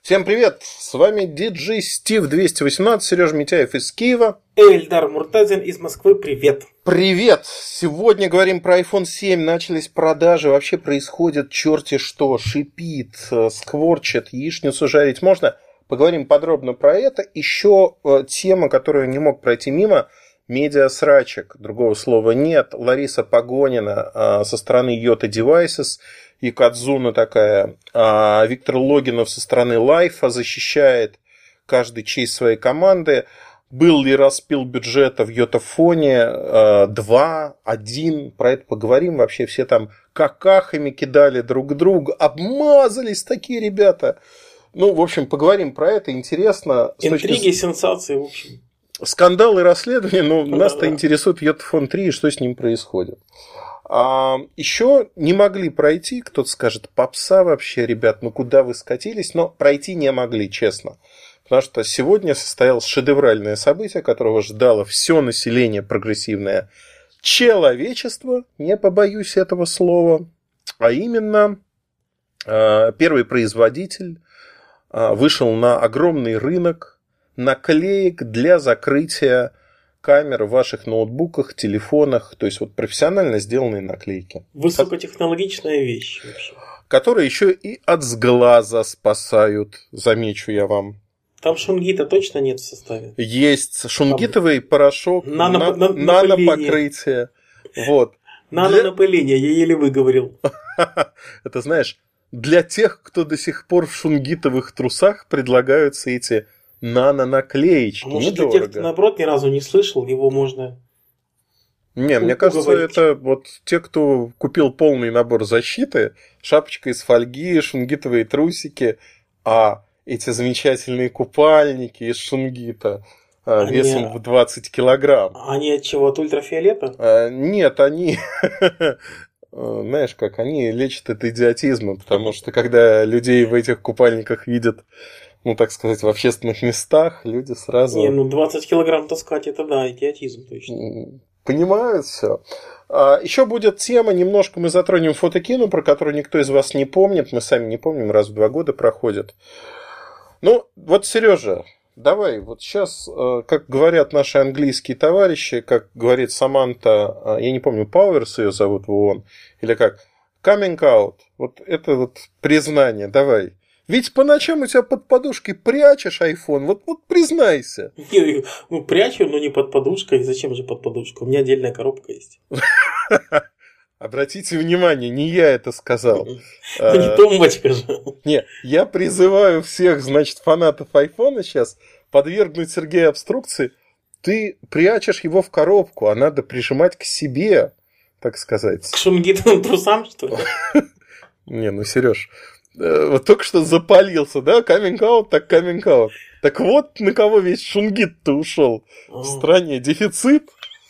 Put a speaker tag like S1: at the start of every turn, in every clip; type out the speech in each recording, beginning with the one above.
S1: Всем привет! С вами DJ Steve 218, Сережа Митяев из Киева.
S2: Эльдар Муртазин из Москвы, привет!
S1: Привет! Сегодня говорим про iPhone 7. Начались продажи, вообще происходит черти что. Шипит, скворчит, яичницу жарить можно. Поговорим подробно про это. Еще тема, которую не мог пройти мимо. Медиасрачек, другого слова нет. Лариса Погонина со стороны Yota Devices и Кадзуна такая. Виктор Логинов со стороны Лайфа защищает каждый честь своей команды. Был ли распил бюджета в Йотафоне 2, 1, про это поговорим. Вообще все там какахами кидали друг друга, обмазались такие ребята. Ну, в общем, поговорим про это, интересно.
S2: Интриги, сенсации, в общем.
S1: Скандалы и расследования, но нас-то интересует Йотафон 3 и что с ним происходит. Еще не могли пройти, кто-то скажет, попса вообще, ребят, ну куда вы скатились, но пройти не могли, честно. Потому что сегодня состоялось шедевральное событие, которого ждало все население прогрессивное человечество, не побоюсь этого слова, а именно первый производитель вышел на огромный рынок наклеек для закрытия камер в ваших ноутбуках, телефонах, то есть вот профессионально сделанные наклейки.
S2: Высокотехнологичная вещь вообще.
S1: Которые еще и от сглаза спасают, замечу я вам.
S2: Там шунгита точно нет в составе?
S1: Есть шунгитовый порошок,
S2: нанопокрытие.
S1: Вот.
S2: Нанонапыление, я еле выговорил.
S1: Это знаешь, для тех, кто до сих пор в шунгитовых трусах, предлагаются эти нанонаклеечки.
S2: Может,
S1: недорого.
S2: для тех, кто, наоборот, ни разу не слышал, его можно...
S1: Не, мне кажется, это вот те, кто купил полный набор защиты, шапочка из фольги, шунгитовые трусики, а эти замечательные купальники из шунгита весом в 20 килограмм.
S2: Они от чего? От ультрафиолета?
S1: Нет, они... Знаешь как, они лечат от идиотизма, потому что когда людей в этих купальниках видят, ну, так сказать, в общественных местах, люди сразу...
S2: 20 килограмм таскать, это да, идиотизм точно.
S1: Понимают все. Еще будет тема, немножко мы затронем фотокину, про которую никто из вас не помнит, мы сами не помним, раз в 2 года проходит. Ну, вот, Сережа, давай, вот сейчас, как говорят наши английские товарищи, как говорит Саманта, я не помню, Пауэрс ее зовут в ООН, или как, coming out, вот это вот признание, давай. Ведь по ночам у тебя под подушкой прячешь iPhone, вот признайся.
S2: Ну, прячу, но не под подушкой. Зачем же под подушкой? У меня отдельная коробка есть.
S1: Обратите внимание, не я это сказал.
S2: Ну, не тумбочка же.
S1: Не, я призываю всех, значит, фанатов айфона сейчас подвергнуть Сергея обструкции. Ты прячешь его в коробку, а надо прижимать к себе, так сказать.
S2: К шунгитовым трусам, что ли?
S1: Не, ну, Сереж, вот только что запалился, да? Coming out, так coming out. Так вот, на кого весь шунгит-то ушел. В стране дефицит.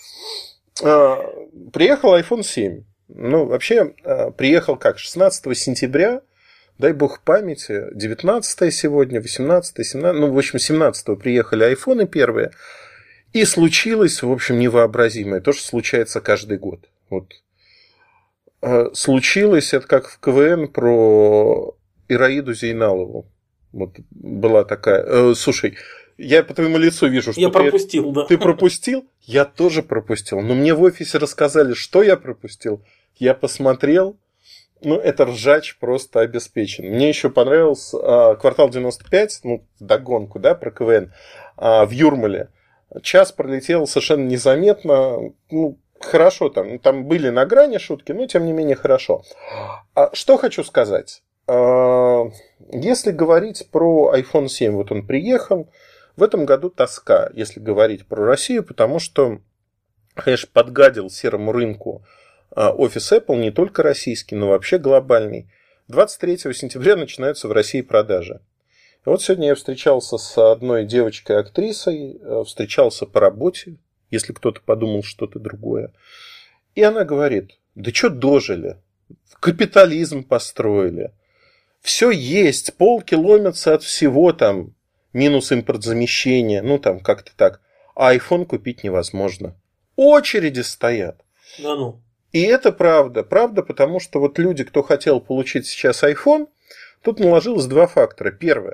S1: Приехал iPhone 7. Ну, вообще, приехал как? 16 сентября, дай бог памяти, 19 сегодня, 18, 17, ну, в общем, 17 приехали айфоны первые. И случилось, в общем, невообразимое. То, что случается каждый год. Вот. Случилось это как в КВН про Ираиду Зейналову. Вот была такая... Слушай, я по твоему лицу вижу, что
S2: я пропустил, да.
S1: Ты пропустил? Я тоже пропустил. Но мне в офисе рассказали, что я пропустил. Я посмотрел. Ну, это ржач просто обеспечен. Мне еще понравился «Квартал 95», ну, вдогонку, да, про КВН, в Юрмале. Час пролетел совершенно незаметно. Ну, хорошо там. Там были на грани шутки, но тем не менее хорошо. Что хочу сказать. Если говорить про iPhone 7, вот он приехал. В этом году тоска, если говорить про Россию, потому что, конечно, подгадил серому рынку офис Apple, не только российский, но вообще глобальный. 23 сентября начинаются в России продажи. И вот сегодня я встречался с одной девочкой-актрисой, встречался по работе, если кто-то подумал что-то другое. И она говорит, да что дожили, капитализм построили, все есть, полки ломятся от всего там, минус импортзамещение, ну там как-то так. А iPhone купить невозможно. Очереди стоят.
S2: Да ну.
S1: И это правда. Правда, потому что вот люди, кто хотел получить сейчас iPhone, тут наложилось 2 фактора. Первое.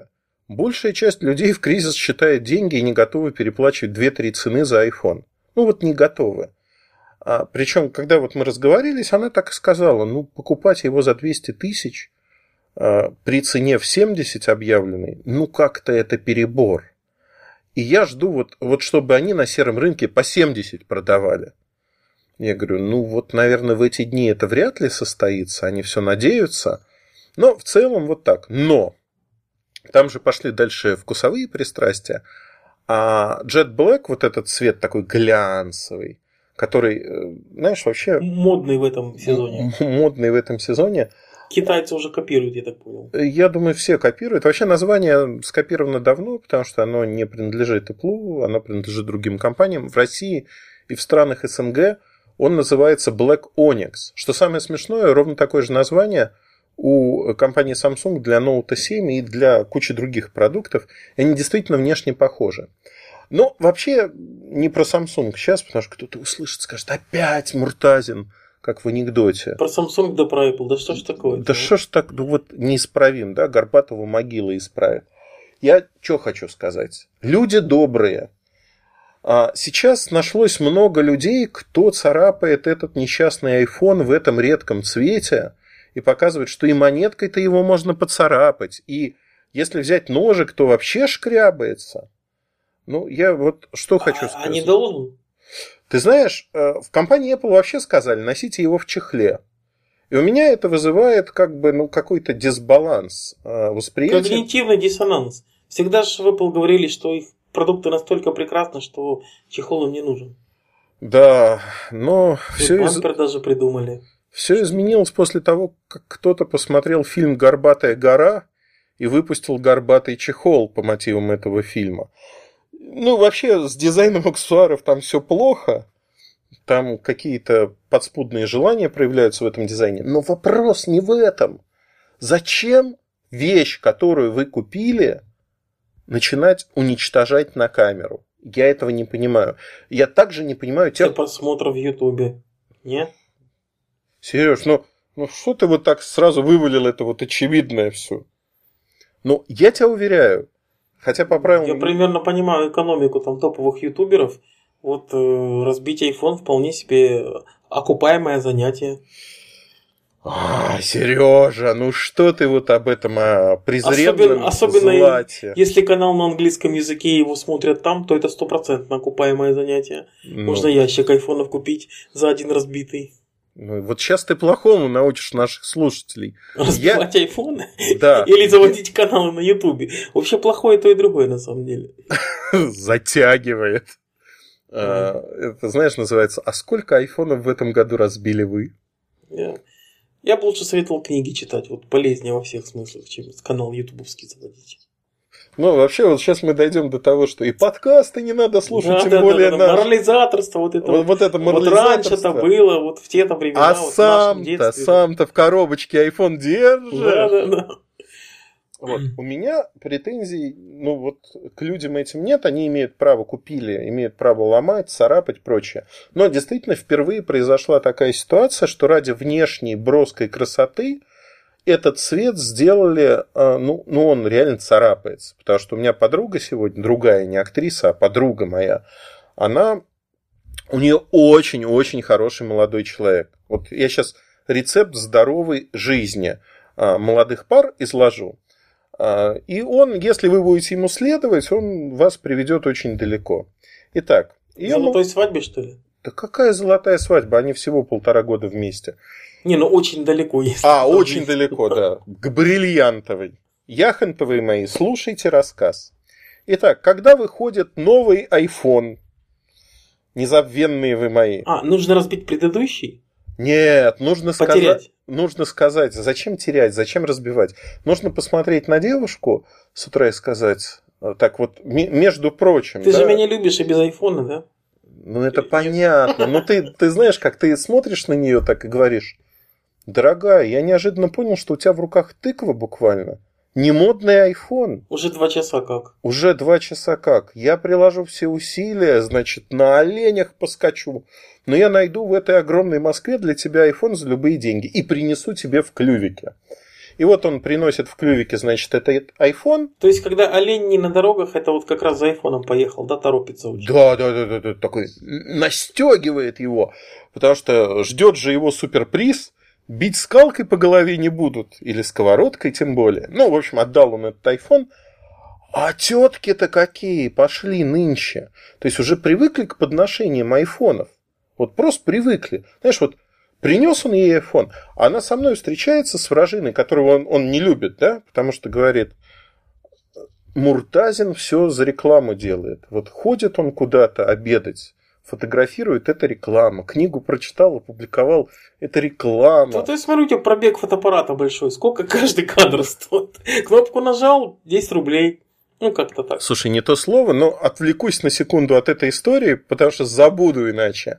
S1: Большая часть людей в кризис считает деньги и не готовы переплачивать 2-3 цены за iPhone. Ну вот не готовы. Причем, когда вот мы разговорились, она так и сказала, ну покупать его за 200 тысяч при цене в 70 объявленной, ну как-то это перебор. И я жду, вот чтобы они на сером рынке по 70 продавали. Я говорю, ну вот, наверное, в эти дни это вряд ли состоится, они все надеются. Но в целом вот так. Но там же пошли дальше вкусовые пристрастия. А Jet Black, вот этот цвет такой глянцевый, который, знаешь, вообще...
S2: Модный в этом сезоне.
S1: Модный в этом сезоне.
S2: Китайцы уже копируют, я так понял.
S1: Я думаю, все копируют. Вообще название скопировано давно, потому что оно не принадлежит Apple, оно принадлежит другим компаниям. В России и в странах СНГ он называется Black Onyx. Что самое смешное, ровно такое же название у компании Samsung для Note 7 и для кучи других продуктов. И они действительно внешне похожи. Но вообще не про Samsung сейчас, потому что кто-то услышит, скажет, опять Муртазин, как в анекдоте.
S2: Про Samsung да про Apple, да что ж такое?
S1: Да что ж так, ну вот неисправим, да, Горбатову могила исправит. Я что хочу сказать. Люди добрые. Сейчас нашлось много людей, кто царапает этот несчастный iPhone в этом редком цвете и показывает, что и монеткой-то его можно поцарапать. И если взять ножик, то вообще шкрябается. Ну, я вот что хочу сказать.
S2: А не должен?
S1: Ты знаешь, в компании Apple вообще сказали, носите его в чехле. И у меня это вызывает как бы, ну, какой-то дисбаланс восприятия.
S2: Когнитивный диссонанс. Всегда же в Apple говорили, что их продукты настолько прекрасны, что чехол им не нужен.
S1: Да, но
S2: бампер даже придумали.
S1: Все изменилось после того, как кто-то посмотрел фильм «Горбатая гора» и выпустил горбатый чехол по мотивам этого фильма. Ну, вообще, с дизайном аксессуаров там все плохо. Там какие-то подспудные желания проявляются в этом дизайне. Но вопрос не в этом. Зачем вещь, которую вы купили, начинать уничтожать на камеру? Я этого не понимаю. Я также не понимаю
S2: тех... просмотров в Ютубе. Нет?
S1: Сереж, ну что ты вот так сразу вывалил это вот очевидное все? Ну, я тебя уверяю, хотя по правилам...
S2: Я примерно понимаю экономику там топовых ютуберов. Вот разбить iPhone вполне себе окупаемое занятие.
S1: Сережа, ну что ты вот об этом презренном
S2: особенно
S1: злате?
S2: Если канал на английском языке, его смотрят там, то это 100% окупаемое занятие. Можно ящик айфонов купить за один разбитый.
S1: Ну, вот сейчас ты плохому научишь наших слушателей.
S2: Разбивать айфоны?
S1: Да.
S2: Или заводить каналы на ютубе? Вообще плохое то и другое на самом деле.
S1: Затягивает. Это, знаешь, называется «А сколько айфонов в этом году разбили вы?»
S2: Я бы лучше советовал книги читать. Вот полезнее во всех смыслах, чем канал ютубовский заводить.
S1: Ну, вообще, вот сейчас мы дойдем до того, что и подкасты не надо слушать, тем более наш...
S2: Морализаторство, вот это
S1: морализаторство.
S2: Вот раньше-то было, вот в те-то времена.
S1: А сам-то в коробочке iPhone держишь.
S2: Да.
S1: Вот. У меня претензий, ну вот к людям этим нет, они имеют право, купили, имеют право ломать, царапать, прочее. Но действительно впервые произошла такая ситуация, что ради внешней броской красоты этот цвет сделали, ну он реально царапается. Потому что у меня подруга сегодня, другая, не актриса, а подруга моя, у нее очень-очень хороший молодой человек. Вот я сейчас рецепт здоровой жизни молодых пар изложу. И он, если вы будете ему следовать, он вас приведет очень далеко. Итак.
S2: Золотой свадьбе, что ли?
S1: Да какая золотая свадьба? Они всего 1,5 года вместе.
S2: Не, ну очень далеко есть.
S1: Очень далеко, да. К бриллиантовой. Яхонтовые мои, слушайте рассказ. Итак, когда выходит новый iPhone, незабвенные вы мои.
S2: Нужно разбить предыдущий?
S1: Нет, нужно сказать, зачем терять, зачем разбивать. Нужно посмотреть на девушку с утра и сказать, так вот, между прочим.
S2: Ты же меня любишь и без айфона, да?
S1: Ну, это понятно. Но ты знаешь, как ты смотришь на нее так и говоришь, дорогая, я неожиданно понял, что у тебя в руках тыква буквально. Не модный iPhone.
S2: Уже 2 часа как?
S1: Уже 2 часа как. Я приложу все усилия, значит, на оленях поскочу. Но я найду в этой огромной Москве для тебя iPhone за любые деньги. И принесу тебе в клювике. И вот он приносит в клювике, значит, этот iPhone.
S2: То есть, когда олень не на дорогах, это вот как раз за айфоном поехал, да, торопится очень.
S1: Да, такой настегивает его, потому что ждет же его суперприз. Бить скалкой по голове не будут, или сковородкой тем более. Ну, в общем, отдал он этот iPhone. А тетки-то какие пошли нынче. То есть уже привыкли к подношениям айфонов. Вот просто привыкли. Знаешь, вот принес он ей iPhone, а она со мной встречается с вражиной, которого он не любит, да, потому что говорит, Муртазин все за рекламу делает. Вот ходит он куда-то обедать, фотографирует, это реклама. Книгу прочитал, опубликовал, это реклама.
S2: Вот я смотрю, у тебя пробег фотоаппарата большой. Сколько каждый кадр стоит? Кнопку нажал, 10 рублей. Ну, как-то так.
S1: Слушай, не то слово, но отвлекусь на секунду от этой истории, потому что забуду иначе.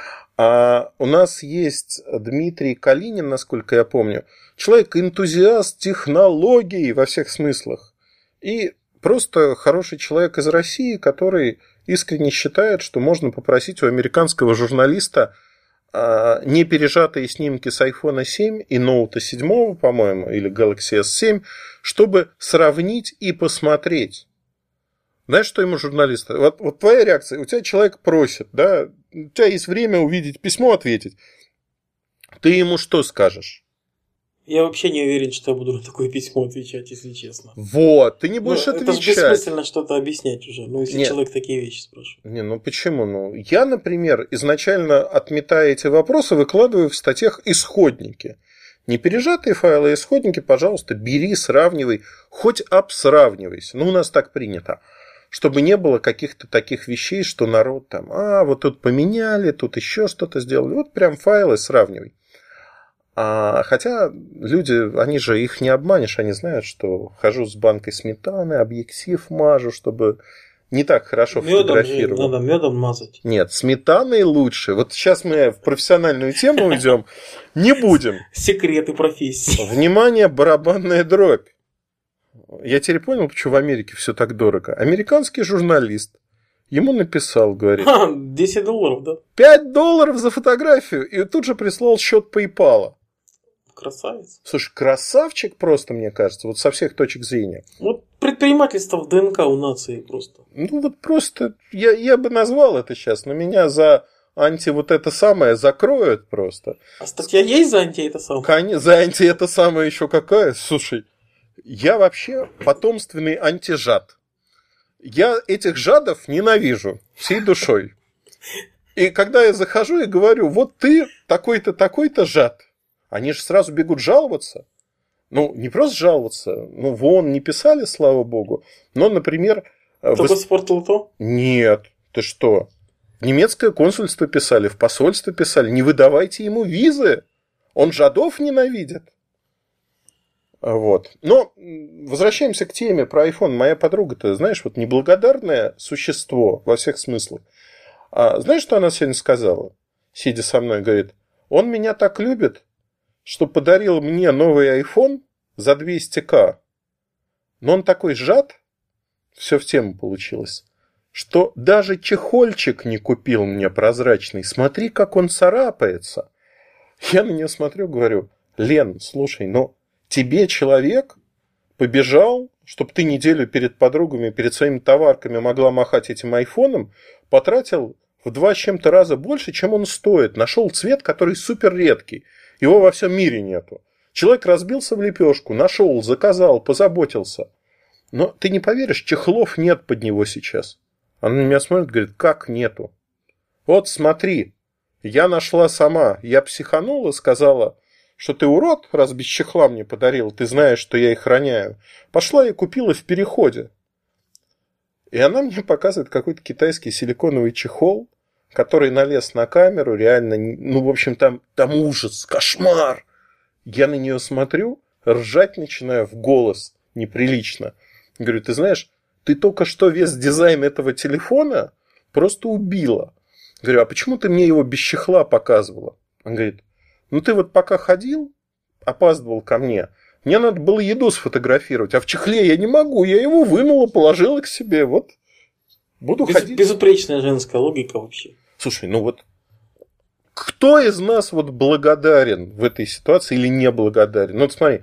S1: У нас есть Дмитрий Калинин, насколько я помню. Человек-энтузиаст технологий во всех смыслах. И просто хороший человек из России, который искренне считает, что можно попросить у американского журналиста не пережатые снимки с iPhone 7 и Note 7, по-моему, или Galaxy S7, чтобы сравнить и посмотреть. Знаешь, что ему журналист? Вот твоя реакция. У тебя человек просит, да? У тебя есть время увидеть письмо, ответить. Ты ему что скажешь?
S2: Я вообще не уверен, что я буду на такое письмо отвечать, если честно.
S1: Вот, ты не будешь отвечать.
S2: Это же бессмысленно что-то объяснять уже, если человек такие вещи спрашивает.
S1: Ну почему? Я, например, изначально, отметая эти вопросы, выкладываю в статьях исходники. Не пережатые файлы, а исходники, пожалуйста, бери, сравнивай, хоть обсравнивайся. У нас так принято. Чтобы не было каких-то таких вещей, что народ там, вот тут поменяли, тут еще что-то сделали. Вот прям файлы сравнивай. Хотя люди, они же их не обманешь, они знают, что хожу с банкой сметаны, объектив мажу, чтобы не так хорошо фотографировать.
S2: Надо медом мазать.
S1: Нет, сметаной лучше. Вот сейчас мы в профессиональную тему идем, не будем.
S2: Секреты профессии.
S1: Внимание, барабанная дробь. Я теперь понял, почему в Америке все так дорого. Американский журналист ему написал, говорит...
S2: $10, да?
S1: $5 за фотографию. И тут же прислал счет PayPal.
S2: Красавец.
S1: Слушай, красавчик просто, мне кажется, вот со всех точек зрения.
S2: Вот предпринимательство в ДНК у нации просто.
S1: Ну вот просто, я бы назвал это сейчас, но меня за вот это самое закроют просто.
S2: А статья есть за анти это самое?
S1: За анти это самое еще какая? Слушай, я вообще потомственный антижад. Я этих жадов ненавижу всей душой. И когда я захожу и говорю, вот ты такой-то, такой-то жад, они же сразу бегут жаловаться. Ну, не просто жаловаться. Ну, вон, не писали, слава богу. Но, например...
S2: Только в Спортлото?
S1: Нет. Ты что? В немецкое консульство писали, в посольство писали. Не выдавайте ему визы. Он жадов ненавидит. Вот. Но возвращаемся к теме про iPhone. Моя подруга-то, знаешь, вот неблагодарное существо во всех смыслах. Знаешь, что она сегодня сказала? Сидя со мной, говорит, он меня так любит, что подарил мне новый iPhone за 200к. Но он такой жад, все в тему получилось, что даже чехольчик не купил мне прозрачный. Смотри, как он царапается. Я на нее смотрю, говорю, Лен, слушай, но тебе человек побежал, чтобы ты неделю перед подругами, перед своими товарками могла махать этим айфоном, потратил в 2 с чем-то раза больше, чем он стоит. Нашел цвет, который супер редкий. Его во всем мире нету. Человек разбился в лепешку, нашел, заказал, позаботился. Но ты не поверишь, чехлов нет под него сейчас. Она на меня смотрит, говорит, как нету? Вот смотри, я нашла сама. Я психанула, сказала, что ты урод, раз без чехла мне подарил, ты знаешь, что я их роняю. Пошла и купила в Переходе. И она мне показывает какой-то китайский силиконовый чехол, который налез на камеру, реально, ну, в общем, там ужас, кошмар. Я на нее смотрю, ржать начинаю в голос, неприлично. Говорю, ты знаешь, ты только что весь дизайн этого телефона просто убила. Говорю, а почему ты мне его без чехла показывала? Он говорит, ну ты вот пока ходил, опаздывал ко мне надо было еду сфотографировать, а в чехле я не могу, я его вынула, положила к себе, вот. Буду ходить.
S2: Безупречная женская логика вообще.
S1: Слушай, ну вот кто из нас вот благодарен в этой ситуации или не благодарен? Ну вот смотри,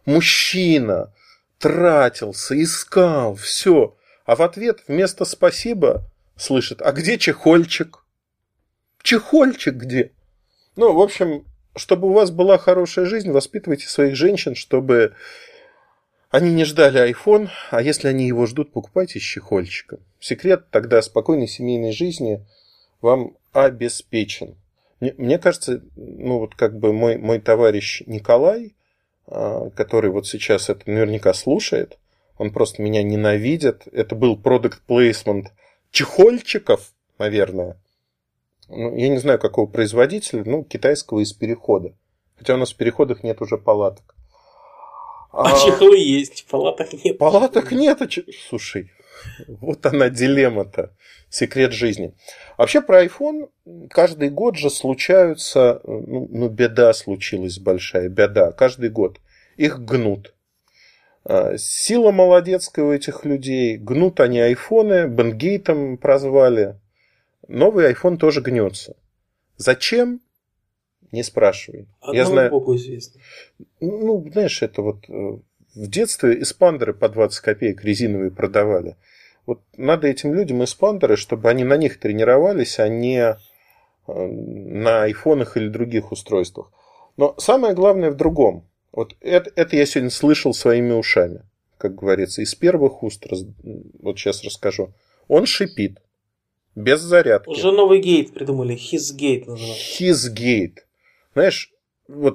S1: мужчина тратился, искал, все. А в ответ вместо «спасибо» слышит: а где чехольчик? Чехольчик где? Ну, в общем, чтобы у вас была хорошая жизнь, воспитывайте своих женщин, чтобы они не ждали iPhone, а если они его ждут, покупайте с чехольчиком. Секрет тогда спокойной семейной жизни вам обеспечен. Мне кажется, ну вот как бы мой товарищ Николай, который вот сейчас это наверняка слушает, он просто меня ненавидит. Это был product placement чехольчиков, наверное. Ну, я не знаю, какого производителя, ну, китайского из Перехода. Хотя у нас в Переходах нет уже палаток.
S2: А чехлы есть, палаток нет.
S1: Палаток нет. Слушай, вот она дилемма-то. Секрет жизни. Вообще про iPhone каждый год же случаются, ну, беда случилась большая, беда. Каждый год их гнут. Сила молодецкая у этих людей. Гнут они айфоны, Бенгейтом прозвали. Новый iPhone тоже гнется. Зачем? Не спрашивай.
S2: Я знаю. Богу известно.
S1: Ну, знаешь, это вот в детстве эспандеры по 20 копеек резиновые продавали. Вот надо этим людям эспандеры, чтобы они на них тренировались, а не на айфонах или других устройствах. Но самое главное в другом. Вот это я сегодня слышал своими ушами, как говорится, из первых уст. Вот сейчас расскажу. Он шипит. Без зарядки.
S2: Уже новый гейт придумали. His-gate называется.
S1: His-gate. Знаешь, ну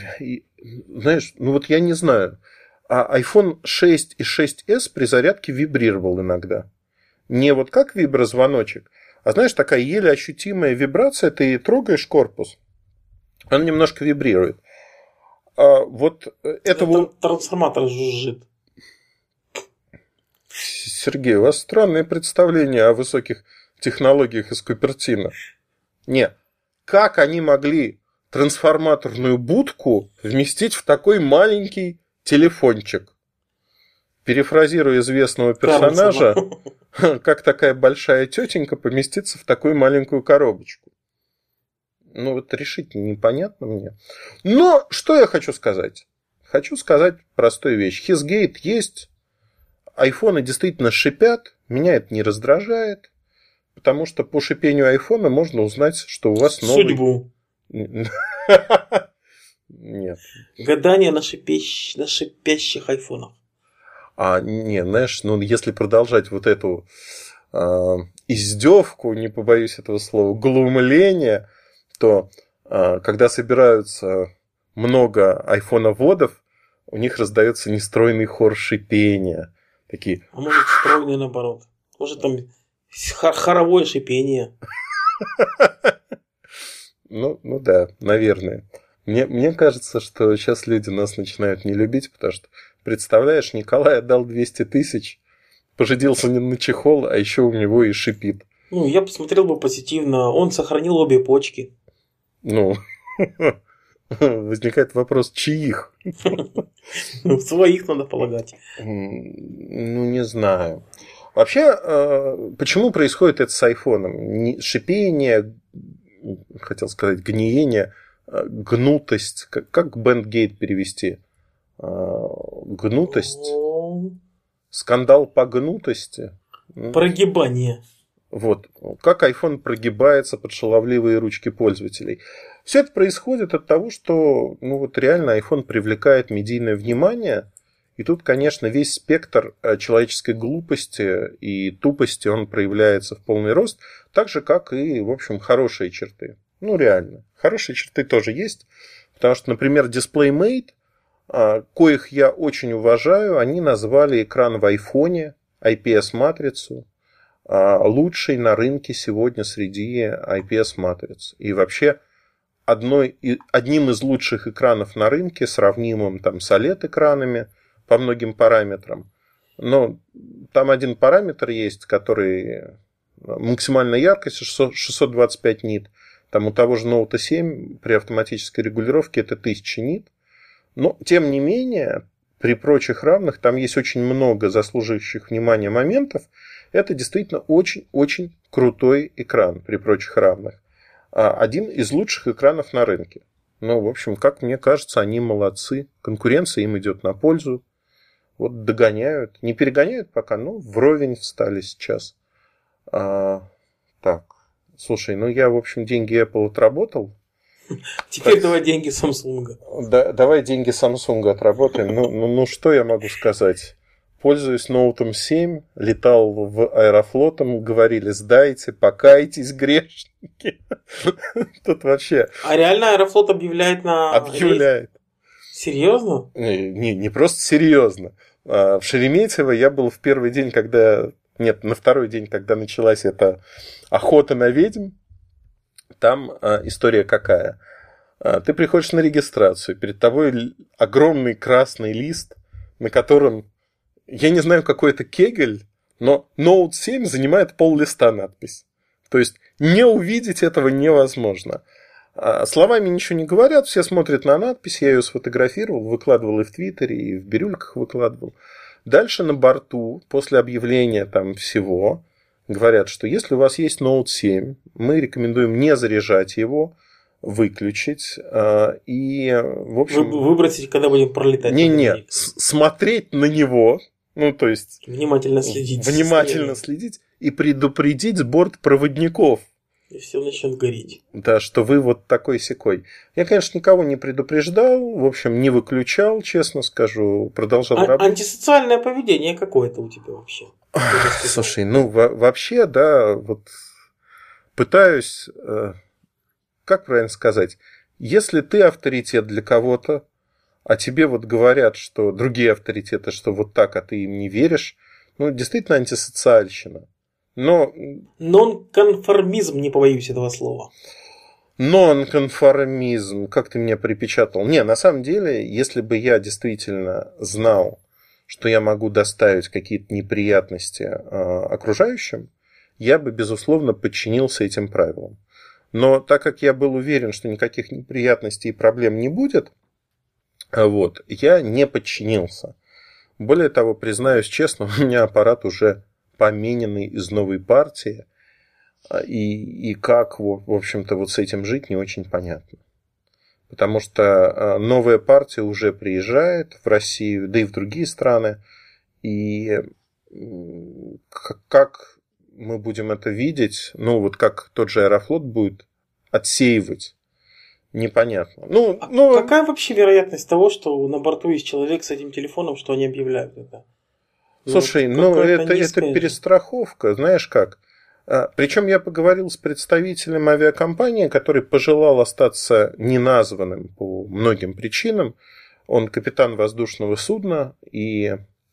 S1: вот я не знаю. А iPhone 6 и 6s при зарядке вибрировал иногда. Не вот как виброзвоночек, а знаешь, такая еле ощутимая вибрация. Ты трогаешь корпус, он немножко вибрирует. А вот
S2: это трансформатор жужжит.
S1: Сергей, у вас странное представление о высоких технологиях из Купертино. Не, как они могли трансформаторную будку вместить в такой маленький телефончик? Перефразируя известного персонажа, как такая большая тетенька поместится в такую маленькую коробочку? Ну, вот решительно непонятно мне. Но что я хочу сказать? Хочу сказать простую вещь. His-gate есть. Айфоны действительно шипят. Меня это не раздражает. Потому что по шипению айфона можно узнать, что у вас новый...
S2: Судьбу.
S1: Нет.
S2: Гадание на шипящих айфонах.
S1: Не, знаешь, ну если продолжать вот эту издевку, не побоюсь этого слова, глумление, то когда собираются много айфоноводов, у них раздается нестройный хор шипения. Такие...
S2: А может, стройный наоборот. Может, там хоровое шипение.
S1: Ну да, наверное. Мне кажется, что сейчас люди нас начинают не любить, потому что, представляешь, Николай отдал 200 тысяч, пожадился не на чехол, а еще у него и шипит.
S2: Ну, я посмотрел бы позитивно. Он сохранил обе почки.
S1: Ну, возникает вопрос, чьих?
S2: Своих, надо полагать.
S1: Ну, не знаю. Вообще, почему происходит это с айфоном? Шипение, хотел сказать, гниение, гнутость. Как Бенгейт перевести? Гнутость? Скандал по гнутости?
S2: Прогибание.
S1: Вот. Как iPhone прогибается под шаловливые ручки пользователей. Все это происходит от того, что ну, вот реально iPhone привлекает медийное внимание. И тут, конечно, весь спектр человеческой глупости и тупости, он проявляется в полный рост. Так же, как и, в общем, хорошие черты. Ну, реально. Хорошие черты тоже есть. Потому что, например, DisplayMate, коих я очень уважаю, они назвали экран в айфоне, IPS-матрицу, лучшей на рынке сегодня среди IPS-матриц. И вообще одним из лучших экранов на рынке, сравнимым там, с OLED-экранами по многим параметрам. Но там один параметр есть, который максимальная яркость 625 нит. Там у того же Note 7 при автоматической регулировке это 1000 нит. Но, тем не менее, при прочих равных там есть очень много заслуживающих внимания моментов. Это действительно очень-очень крутой экран при прочих равных. Один из лучших экранов на рынке. Ну, в общем, как мне кажется, они молодцы. Конкуренция им идет на пользу. Вот догоняют. Не перегоняют пока, но вровень встали сейчас. Так, слушай, ну я, в общем, деньги Apple отработал.
S2: Теперь
S1: Так,
S2: давай деньги Samsung.
S1: Да, давай деньги Samsung отработаем. Ну, что я могу сказать? Пользуюсь Note 7, летал в Аэрофлотом, говорили, сдайте, покайтесь, грешники. Тут вообще...
S2: А реально Аэрофлот объявляет на
S1: Объявляет.
S2: рейс? Серьезно?
S1: Не просто серьезно. В Шереметьево я был в первый день, когда... Нет, на второй день, когда началась эта охота на ведьм. Там история какая? Ты приходишь на регистрацию, перед тобой огромный красный лист, на котором, я не знаю, какой это кегель, но Note 7 занимает пол-листа надпись. То есть не увидеть этого невозможно. Словами ничего не говорят, все смотрят на надпись, я ее сфотографировал, выкладывал и в Твиттере, и в бирюльках выкладывал. Дальше на борту, после объявления там всего, говорят, что если у вас есть Note 7, мы рекомендуем не заряжать его, выключить и, в общем...
S2: Выбросить, когда будем пролетать.
S1: Не, смотреть на него, ну, то есть...
S2: Внимательно следить.
S1: Внимательно следить и предупредить бортпроводников.
S2: И все начнет гореть.
S1: Да, что вы вот такой-сякой. Я, конечно, никого не предупреждал, в общем, не выключал, честно скажу, продолжал работать.
S2: Антисоциальное поведение какое-то у тебя вообще?
S1: Слушай, ну, вообще, да, вот пытаюсь, как правильно сказать, если ты авторитет для кого-то, а тебе вот говорят, что другие авторитеты, что вот так, а ты им не веришь, ну, действительно антисоциальщина. Но...
S2: Нонконформизм, не побоюсь этого слова.
S1: Нонконформизм, как ты меня припечатал. Не, на самом деле, если бы я действительно знал, что я могу доставить какие-то неприятности окружающим, я бы, безусловно, подчинился этим правилам. Но так как я был уверен, что никаких неприятностей и проблем не будет, вот, я не подчинился. Более того, признаюсь честно, у меня аппарат уже помененный из новой партии, и как, в общем-то, вот с этим жить не очень понятно. Потому что новая партия уже приезжает в Россию, да и в другие страны, и как мы будем это видеть, ну, вот как тот же Аэрофлот будет отсеивать, непонятно.
S2: Какая вообще вероятность того, что на борту есть человек с этим телефоном, что они объявляют это?
S1: Слушай, это перестраховка, знаешь как. Причем я поговорил с представителем авиакомпании, который пожелал остаться неназванным по многим причинам. Он капитан воздушного судна, и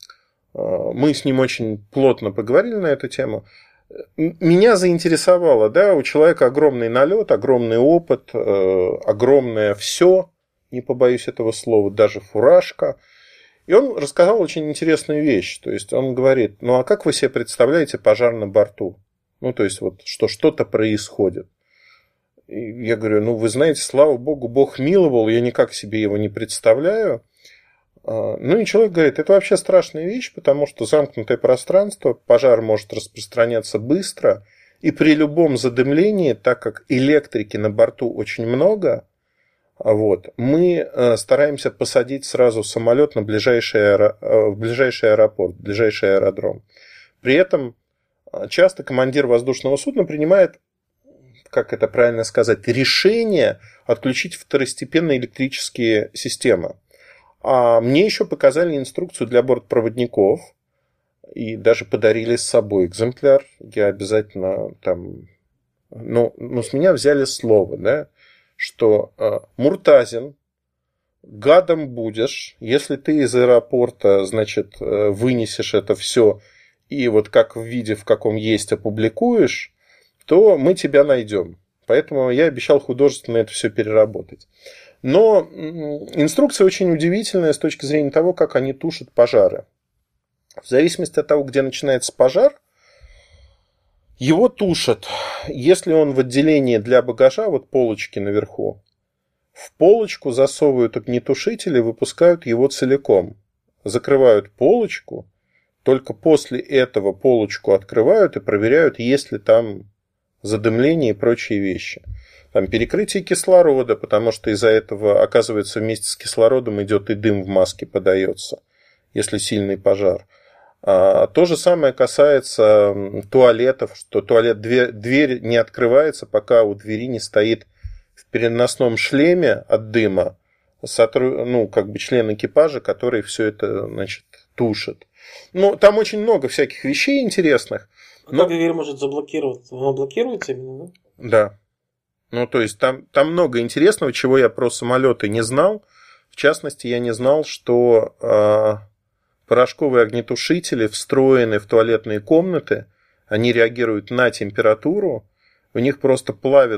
S1: мы с ним очень плотно поговорили на эту тему. Меня заинтересовало, да, у человека огромный налет, огромный опыт, огромное все, не побоюсь этого слова, даже фуражка. И он рассказал очень интересную вещь. То есть он говорит, ну а как вы себе представляете пожар на борту? Ну, то есть вот что что-то происходит. И я говорю, ну вы знаете, слава богу, Бог миловал, я никак себе его не представляю. Ну и человек говорит, это вообще страшная вещь, потому что замкнутое пространство, пожар может распространяться быстро, и при любом задымлении, так как электрики на борту очень много, вот, мы стараемся посадить сразу самолет на в ближайший аэропорт, ближайший аэродром. При этом часто командир воздушного судна принимает, как это правильно сказать, решение отключить второстепенные электрические системы. А мне еще показали инструкцию для бортпроводников и даже подарили с собой экземпляр. Я обязательно там... Ну, с меня взяли слово, да, что Муртазин, гадом будешь, если ты из аэропорта, значит, вынесешь это все и вот как в виде, в каком есть, опубликуешь, то мы тебя найдем. Поэтому я обещал художественно это все переработать. Но инструкция очень удивительная с точки зрения того, как они тушат пожары. В зависимости от того, где начинается пожар, его тушат. Если он в отделении для багажа, вот полочки наверху, в полочку засовывают огнетушитель и выпускают его целиком. Закрывают полочку, только после этого полочку открывают и проверяют, есть ли там задымление и прочие вещи. там, перекрытие кислорода, потому что из-за этого, оказывается, вместе с кислородом идет и дым в маске подается, если сильный пожар. То же самое касается туалетов, что дверь не открывается, пока у двери не стоит в переносном шлеме от дыма член экипажа, который все это, значит, тушит. Ну, там очень много всяких вещей интересных.
S2: Как дверь может заблокироваться? Она блокируется именно, да?
S1: Да. Ну, то есть, там много интересного, чего я про самолеты не знал. В частности, я не знал, что порошковые огнетушители встроены в туалетные комнаты. Они реагируют на температуру. У них просто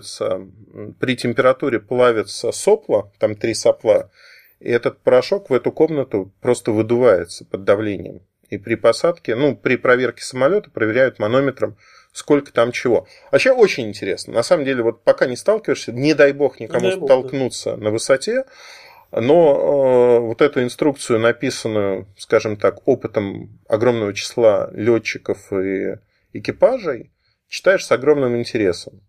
S1: при температуре плавятся сопла, там 3 сопла. И этот порошок в эту комнату просто выдувается под давлением. И при посадке, при проверке самолета проверяют манометром, сколько там чего. Вообще очень интересно. На самом деле, вот пока не сталкиваешься, не дай бог никому столкнуться на высоте, но вот эту инструкцию, написанную, скажем так, опытом огромного числа летчиков и экипажей, читаешь с огромным интересом.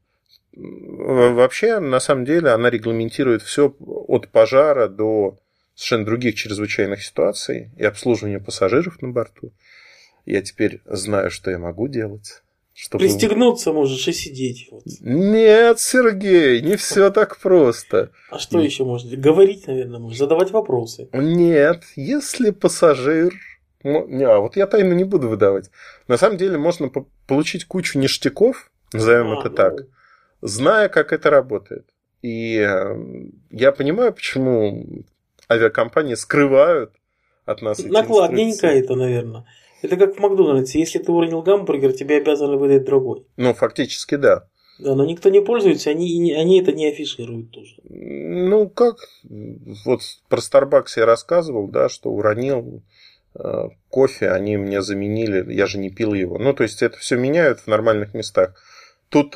S1: Вообще, на самом деле, она регламентирует все от пожара до совершенно других чрезвычайных ситуаций и обслуживания пассажиров на борту. Я теперь знаю, что я могу делать.
S2: Пристегнуться можешь и сидеть. Вот.
S1: Нет, Сергей, не все так просто.
S2: А что еще можно? Говорить, наверное, можно, задавать вопросы.
S1: Нет, если пассажир... вот я тайну не буду выдавать. На самом деле можно получить кучу ништяков, назовем это так, зная, как это работает. И я понимаю, почему авиакомпании скрывают от нас эти
S2: накладненько это, наверное. Это как в Макдональдсе. Если ты уронил гамбургер, тебе обязаны выдать другой.
S1: Фактически, да.
S2: Да, но никто не пользуется, они это не афишируют тоже.
S1: Как вот про Starbucks я рассказывал, да, что уронил кофе, они мне заменили, я же не пил его. То есть это все меняют в нормальных местах. Тут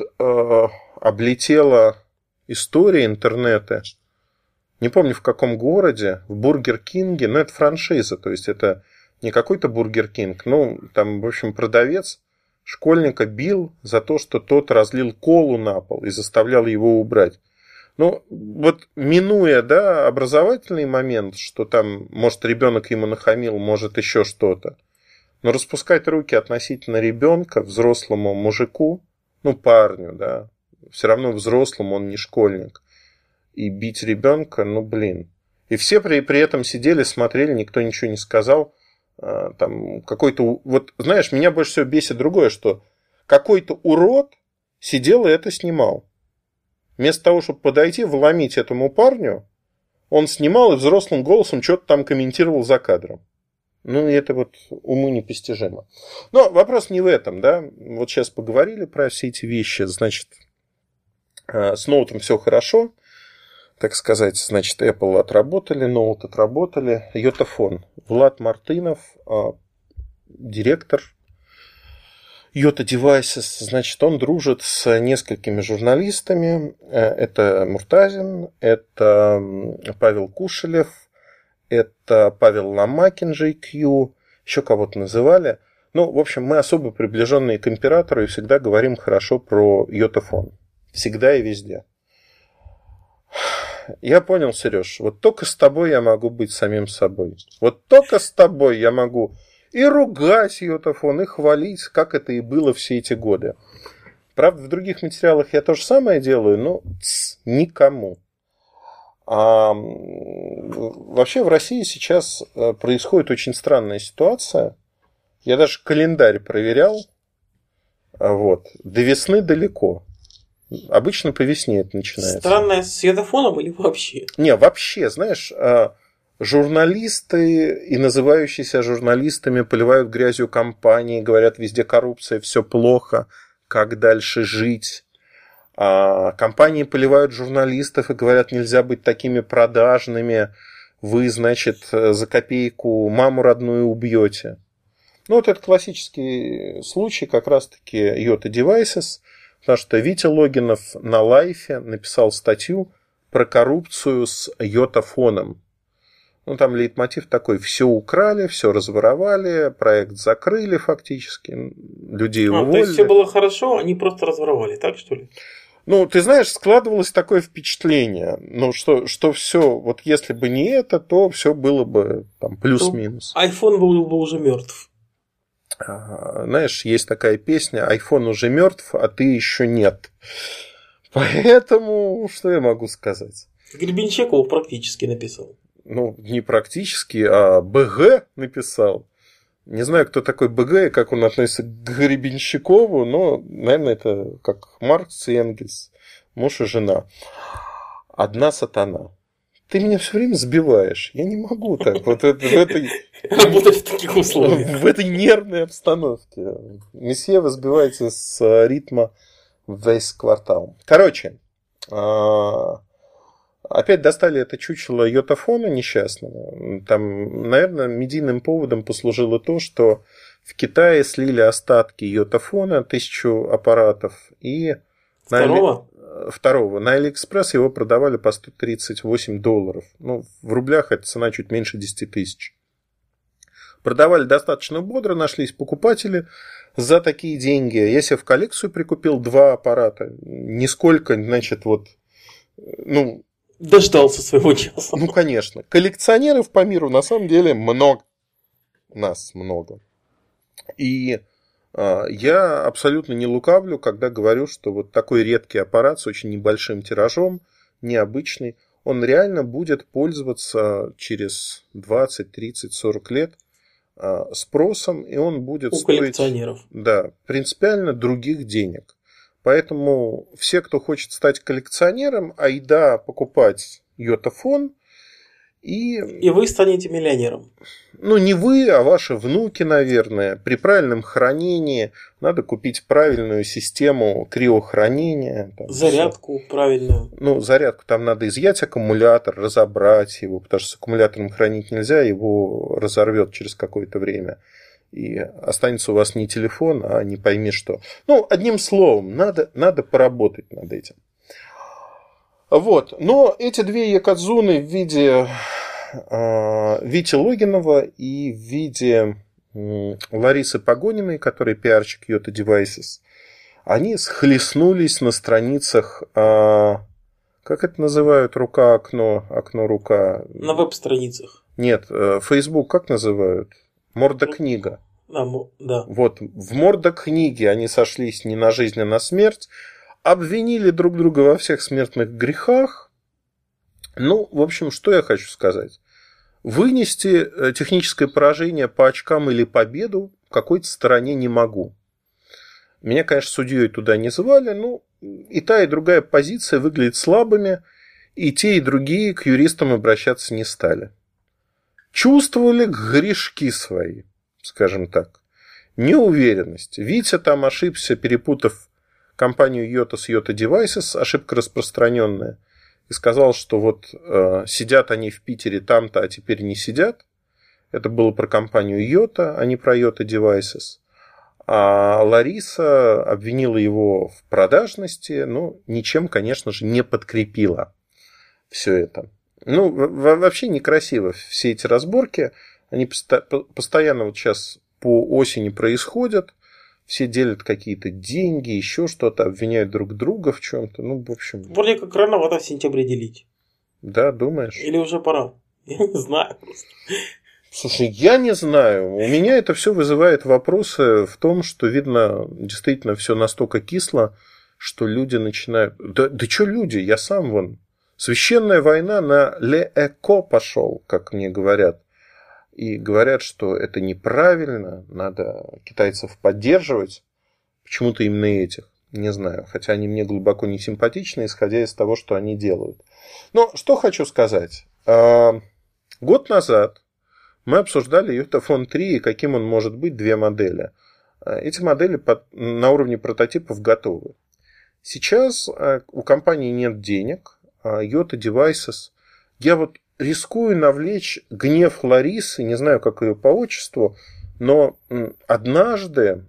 S1: облетела история интернета. Не помню в каком городе, в Бургер Кинге, это франшиза, то есть это не какой-то Бургер Кинг, там, в общем, продавец школьника бил за то, что тот разлил колу на пол и заставлял его убрать. Вот минуя, да, образовательный момент, что там, может, ребенок ему нахамил, может, еще что-то, но распускать руки относительно ребенка, взрослому мужику, парню, да, все равно взрослому, он не школьник, и бить ребенка, И все при этом сидели, смотрели, никто ничего не сказал. Там какой-то... Вот, знаешь, меня больше всего бесит другое, что какой-то урод сидел и это снимал. Вместо того, чтобы подойти, вломить этому парню, он снимал и взрослым голосом что-то там комментировал за кадром. И это вот уму непостижимо. Но вопрос не в этом, да. Вот сейчас поговорили про все эти вещи. Значит, с ноутом все хорошо. Так сказать, значит, Apple отработали, ноут отработали. Йотафон. Влад Мартынов, директор Yota Devices, значит, он дружит с несколькими журналистами. Это Муртазин, это Павел Кушелев, это Павел Ломакин, JQ, еще кого-то называли. В общем, мы особо приближенные к императору и всегда говорим хорошо про Йотафон. Всегда и везде. Я понял, Сереж, вот только с тобой я могу быть самим собой. Вот только с тобой я могу и ругать Йотафон, и хвалить, как это и было все эти годы. Правда, в других материалах я то же самое делаю, но никому. Вообще в России сейчас происходит очень странная ситуация. Я даже календарь проверял. До весны далеко. Обычно по весне это начинается.
S2: Странное с Йотафоном или вообще?
S1: Не, вообще, знаешь, журналисты и называющиеся журналистами поливают грязью компании, говорят, везде коррупция, все плохо, как дальше жить. Компании поливают журналистов и говорят, нельзя быть такими продажными, вы, значит, за копейку маму родную убьете. Вот это классический случай как раз-таки Yota Devices. Потому что Витя Логинов на Лайфе написал статью про коррупцию с Йотафоном. Там лейтмотив такой: все украли, все разворовали, проект закрыли фактически, людей уволили.
S2: То есть все было хорошо, они просто разворовали, так что ли?
S1: Ну, ты знаешь, складывалось такое впечатление, ну, что все, вот если бы не это, то все было бы там плюс-минус.
S2: iPhone был бы уже мертв.
S1: Знаешь, есть такая песня «iPhone уже мертв, а ты еще нет». Поэтому, что я могу сказать?
S2: Гребенщиков практически написал.
S1: Ну, не практически, а БГ написал. Не знаю, кто такой БГ и как он относится к Гребенщикову, но, наверное, это как Маркс и Энгельс, муж и жена. Одна сатана. Ты меня все время сбиваешь. Я не могу так. Вот в этой...
S2: Работать в таких условиях.
S1: В этой нервной обстановке. Месье, вы сбиваете с ритма весь квартал. Короче, опять достали это чучело йотафона несчастного. Там, наверное, медийным поводом послужило то, что в Китае слили остатки йотафона, 1000 аппаратов. И второго. На Алиэкспресс его продавали по $138. Ну, в рублях это цена чуть меньше 10 тысяч. Продавали достаточно бодро, нашлись покупатели за такие деньги. Я себе в коллекцию прикупил 2 аппарата. Нисколько, значит, вот... Ну,
S2: дождался своего часа.
S1: Ну, конечно. Коллекционеров по миру на самом деле много. Нас много. И я абсолютно не лукавлю, когда говорю, что вот такой редкий аппарат с очень небольшим тиражом, необычный, он реально будет пользоваться через 20, 30, 40 лет спросом, и он будет
S2: у
S1: стоить
S2: коллекционеров.
S1: Да, принципиально других денег. Поэтому все, кто хочет стать коллекционером, айда покупать йотафон. И
S2: вы станете миллионером.
S1: Ну, не вы, а ваши внуки, наверное. При правильном хранении надо купить правильную систему криохранения. Там,
S2: зарядку все. Правильную.
S1: Ну, зарядку там надо изъять аккумулятор, разобрать его, потому что с аккумулятором хранить нельзя, его разорвет через какое-то время. И останется у вас не телефон, а не пойми что. Ну, одним словом, надо поработать над этим. Вот. Но эти две якодзуны в виде Вити Логинова и в виде Ларисы Погониной, которая пиарщик Yota Devices, они схлестнулись на страницах, как это называют, рука-окно, окно-рука.
S2: На веб-страницах.
S1: Нет, Facebook как называют? Мордокнига.
S2: Да.
S1: Вот, в мордокниге они сошлись не на жизнь, а на смерть, обвинили друг друга во всех смертных грехах. Ну, в общем, что я хочу сказать. Вынести техническое поражение по очкам или победу какой-то стороне не могу. Меня, конечно, судьей туда не звали, но и та, и другая позиция выглядит слабыми, и те, и другие к юристам обращаться не стали. Чувствовали грешки свои, скажем так. Неуверенность. Витя там ошибся, перепутав компанию Yota с Yota Devices, ошибка распространенная, и сказал, что вот сидят они в Питере там-то, а теперь не сидят. Это было про компанию Yota, а не про Yota Devices. А Лариса обвинила его в продажности, но ничем, конечно же, не подкрепила все это. Ну, вообще некрасиво все эти разборки. Они постоянно вот сейчас по осени происходят. Все делят какие-то деньги, еще что-то, обвиняют друг друга в чем-то. Ну, в общем...
S2: Вроде как рановато в сентябре делить.
S1: Да, думаешь?
S2: Или уже пора? Я не знаю просто.
S1: Слушай, я не знаю. У меня это все вызывает вопросы в том, что, видно, действительно все настолько кисло, что люди начинают... Да что люди? Я сам вон... Священная война на ле-эко пошел, как мне говорят. И говорят, что это неправильно, надо китайцев поддерживать. Почему-то именно этих, не знаю. Хотя они мне глубоко не симпатичны, исходя из того, что они делают. Но что хочу сказать. Год назад мы обсуждали Yotaphone 3 и каким он может быть, 2 модели. Эти модели на уровне прототипов готовы. Сейчас у компании нет денег. Yota Devices. Я вот рискую навлечь гнев Ларисы, не знаю, как ее по отчеству, но однажды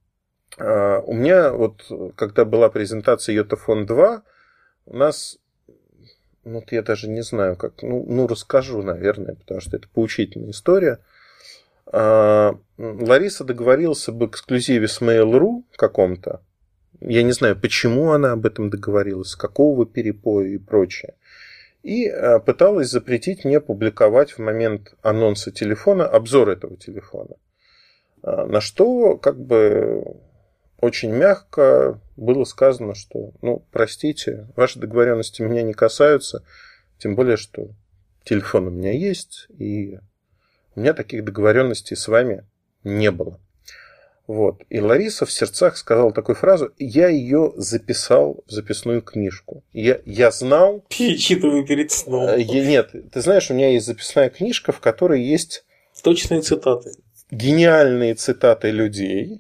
S1: у меня, вот, когда была презентация Yotaphone 2, у нас, вот я даже не знаю, как, расскажу, наверное, потому что это поучительная история. Лариса договорилась об эксклюзиве с Mail.ru каком-то, Я не знаю, почему она об этом договорилась, с какого перепоя и прочее. И пыталась запретить мне публиковать в момент анонса телефона обзор этого телефона. На что, как бы, очень мягко было сказано, что, простите, ваши договоренности меня не касаются, тем более, что телефон у меня есть, и у меня таких договоренностей с вами не было. Вот. И Лариса в сердцах сказала такую фразу, я ее записал в записную книжку. Я знал...
S2: Перечитываю перед сном.
S1: Нет, ты знаешь, у меня есть записная книжка, в которой есть...
S2: Точные цитаты.
S1: Гениальные цитаты людей,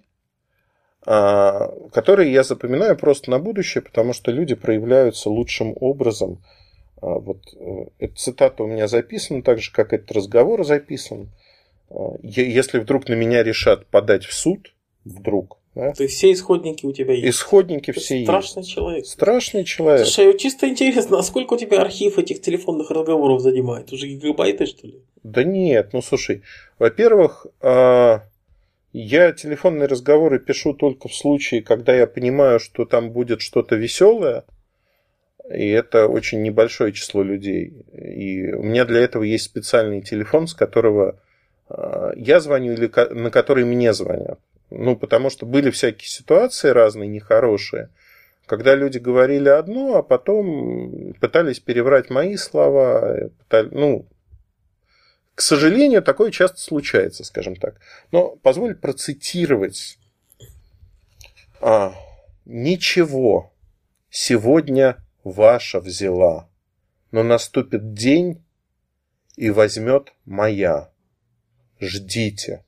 S1: которые я запоминаю просто на будущее, потому что люди проявляются лучшим образом. Вот эта цитата у меня записана, так же, как этот разговор записан. Если вдруг на меня решат подать в суд, вдруг... Да?
S2: То есть все исходники у тебя есть?
S1: Исходники все есть.
S2: Страшный человек.
S1: Страшный человек.
S2: Слушай, чисто интересно, а сколько у тебя архив этих телефонных разговоров занимает? Уже гигабайты, что ли?
S1: Да нет, слушай, во-первых, я телефонные разговоры пишу только в случае, когда я понимаю, что там будет что-то веселое, и это очень небольшое число людей. И у меня для этого есть специальный телефон, с которого я звоню или на который мне звонят. Потому что были всякие ситуации разные, нехорошие, когда люди говорили одно, а потом пытались переврать мои слова. К сожалению, такое часто случается, скажем так. Но позволь процитировать. «Ничего сегодня ваша взяла, но наступит день и возьмет моя. Ждите».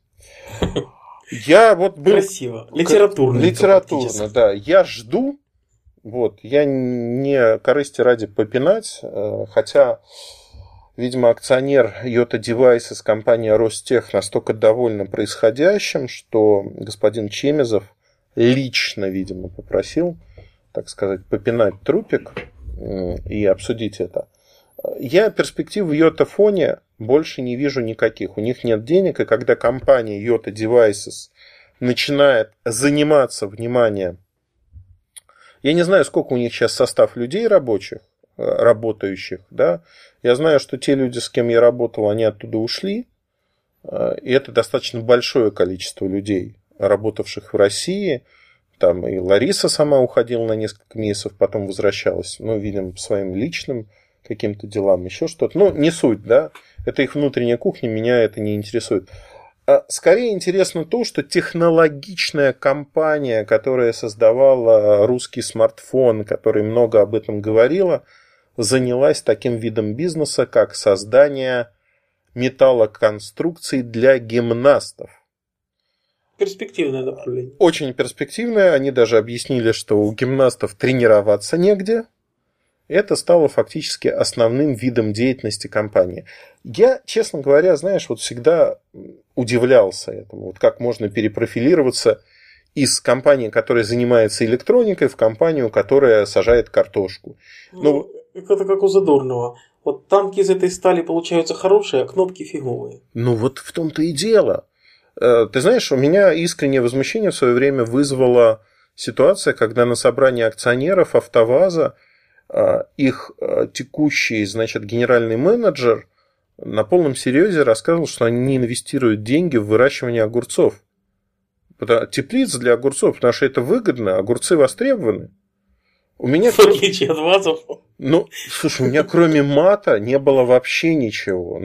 S1: Я вот был...
S2: Красиво. Литературно,
S1: да. Я жду. Вот. Я не корысти ради попинать, хотя... Видимо, акционер Yota Devices, компания Ростех, настолько довольна происходящим, что господин Чемезов лично, видимо, попросил, так сказать, попинать трупик и обсудить это. Я перспектив в Йотафоне больше не вижу никаких. У них нет денег, и когда компания Yota Devices начинает заниматься, внимание, я не знаю, сколько у них сейчас состав людей рабочих, работающих, да. Я знаю, что те люди, с кем я работал, они оттуда ушли. И это достаточно большое количество людей, работавших в России. Там и Лариса сама уходила на несколько месяцев, потом возвращалась, видимо, по своим личным каким-то делам, еще что-то. Не суть, да. Это их внутренняя кухня, меня это не интересует. Скорее интересно то, что технологичная компания, которая создавала русский смартфон, которая много об этом говорила, занялась таким видом бизнеса, как создание металлоконструкций для гимнастов.
S2: Перспективное направление.
S1: Очень перспективное. Они даже объяснили, что у гимнастов тренироваться негде. Это стало фактически основным видом деятельности компании. Я, честно говоря, всегда удивлялся этому. Вот как можно перепрофилироваться из компании, которая занимается электроникой, в компанию, которая сажает картошку.
S2: Это как у Задорнова. Вот танки из этой стали получаются хорошие, а кнопки фиговые.
S1: Вот в том-то и дело. Ты знаешь, у меня искреннее возмущение в свое время вызвала ситуация, когда на собрании акционеров АвтоВАЗа их текущий, генеральный менеджер на полном серьезе рассказывал, что они не инвестируют деньги в выращивание огурцов. Теплиц для огурцов, потому что это выгодно, огурцы востребованы. У меня...
S2: В отличие от ВАЗов.
S1: Слушай, у меня кроме мата не было вообще ничего.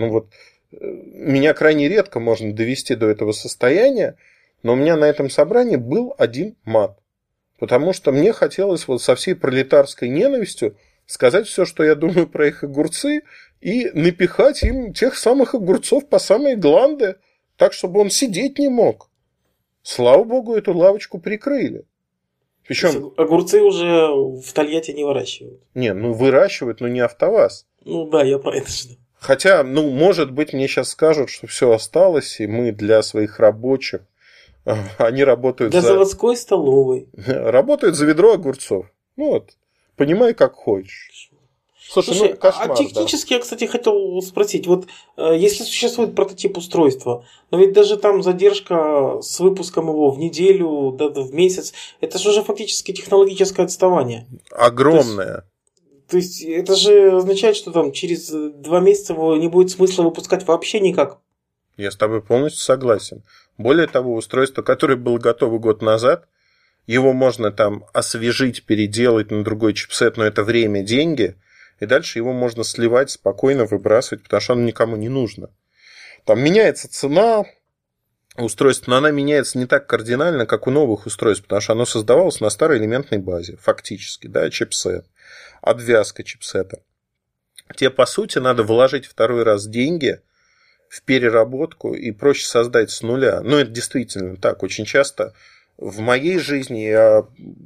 S1: Меня крайне редко можно довести до этого состояния, но у меня на этом собрании был один мат. Потому что мне хотелось со всей пролетарской ненавистью сказать все, что я думаю про их огурцы, и напихать им тех самых огурцов по самые гланды, так, чтобы он сидеть не мог. Слава богу, эту лавочку прикрыли.
S2: Причем... Огурцы уже в Тольятти не выращивают.
S1: Выращивают, но не АвтоВАЗ.
S2: Да, я про это жду.
S1: Хотя, может быть, мне сейчас скажут, что все осталось, и мы для своих рабочих, они работают
S2: для заводской столовой.
S1: Работают за ведро огурцов. Понимай, как хочешь. Слушай, кошмар,
S2: а технически я, кстати, хотел спросить, вот если существует прототип устройства, но ведь даже там задержка с выпуском его в неделю, да, в месяц, это же уже фактически технологическое отставание.
S1: Огромное.
S2: То есть это же означает, что там через 2 месяца его не будет смысла выпускать вообще никак.
S1: Я с тобой полностью согласен. Более того, устройство, которое было готово год назад, его можно там освежить, переделать на другой чипсет, но это время, деньги, и дальше его можно сливать, спокойно выбрасывать, потому что оно никому не нужно. Там меняется цена устройства, но она меняется не так кардинально, как у новых устройств, потому что оно создавалось на старой элементной базе, фактически, да, чипсет, обвязка чипсета. Тебе, по сути, надо вложить второй раз деньги в переработку и проще создать с нуля. Ну, это действительно так. Очень часто в моей жизни я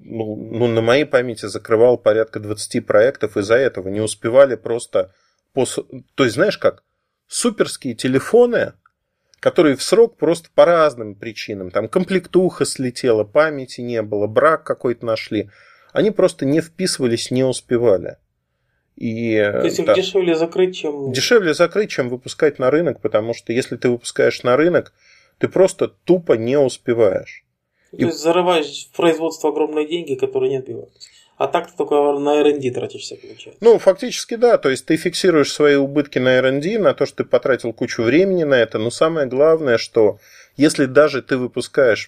S1: на моей памяти закрывал порядка 20 проектов, из-за этого не успевали просто... То есть, знаешь как, суперские телефоны, которые в срок просто по разным причинам, там комплектуха слетела, памяти не было, брак какой-то нашли, они просто не вписывались, не успевали. То
S2: есть их дешевле закрыть, чем...
S1: Дешевле закрыть, чем выпускать на рынок, потому что если ты выпускаешь на рынок, ты просто тупо не успеваешь.
S2: То есть зарываешь в производство огромные деньги, которые не отбиваются. А так ты только на R&D тратишься, получается.
S1: Ну, фактически да. То есть ты фиксируешь свои убытки на R&D, на то, что ты потратил кучу времени на это. Но самое главное, что если даже ты выпускаешь...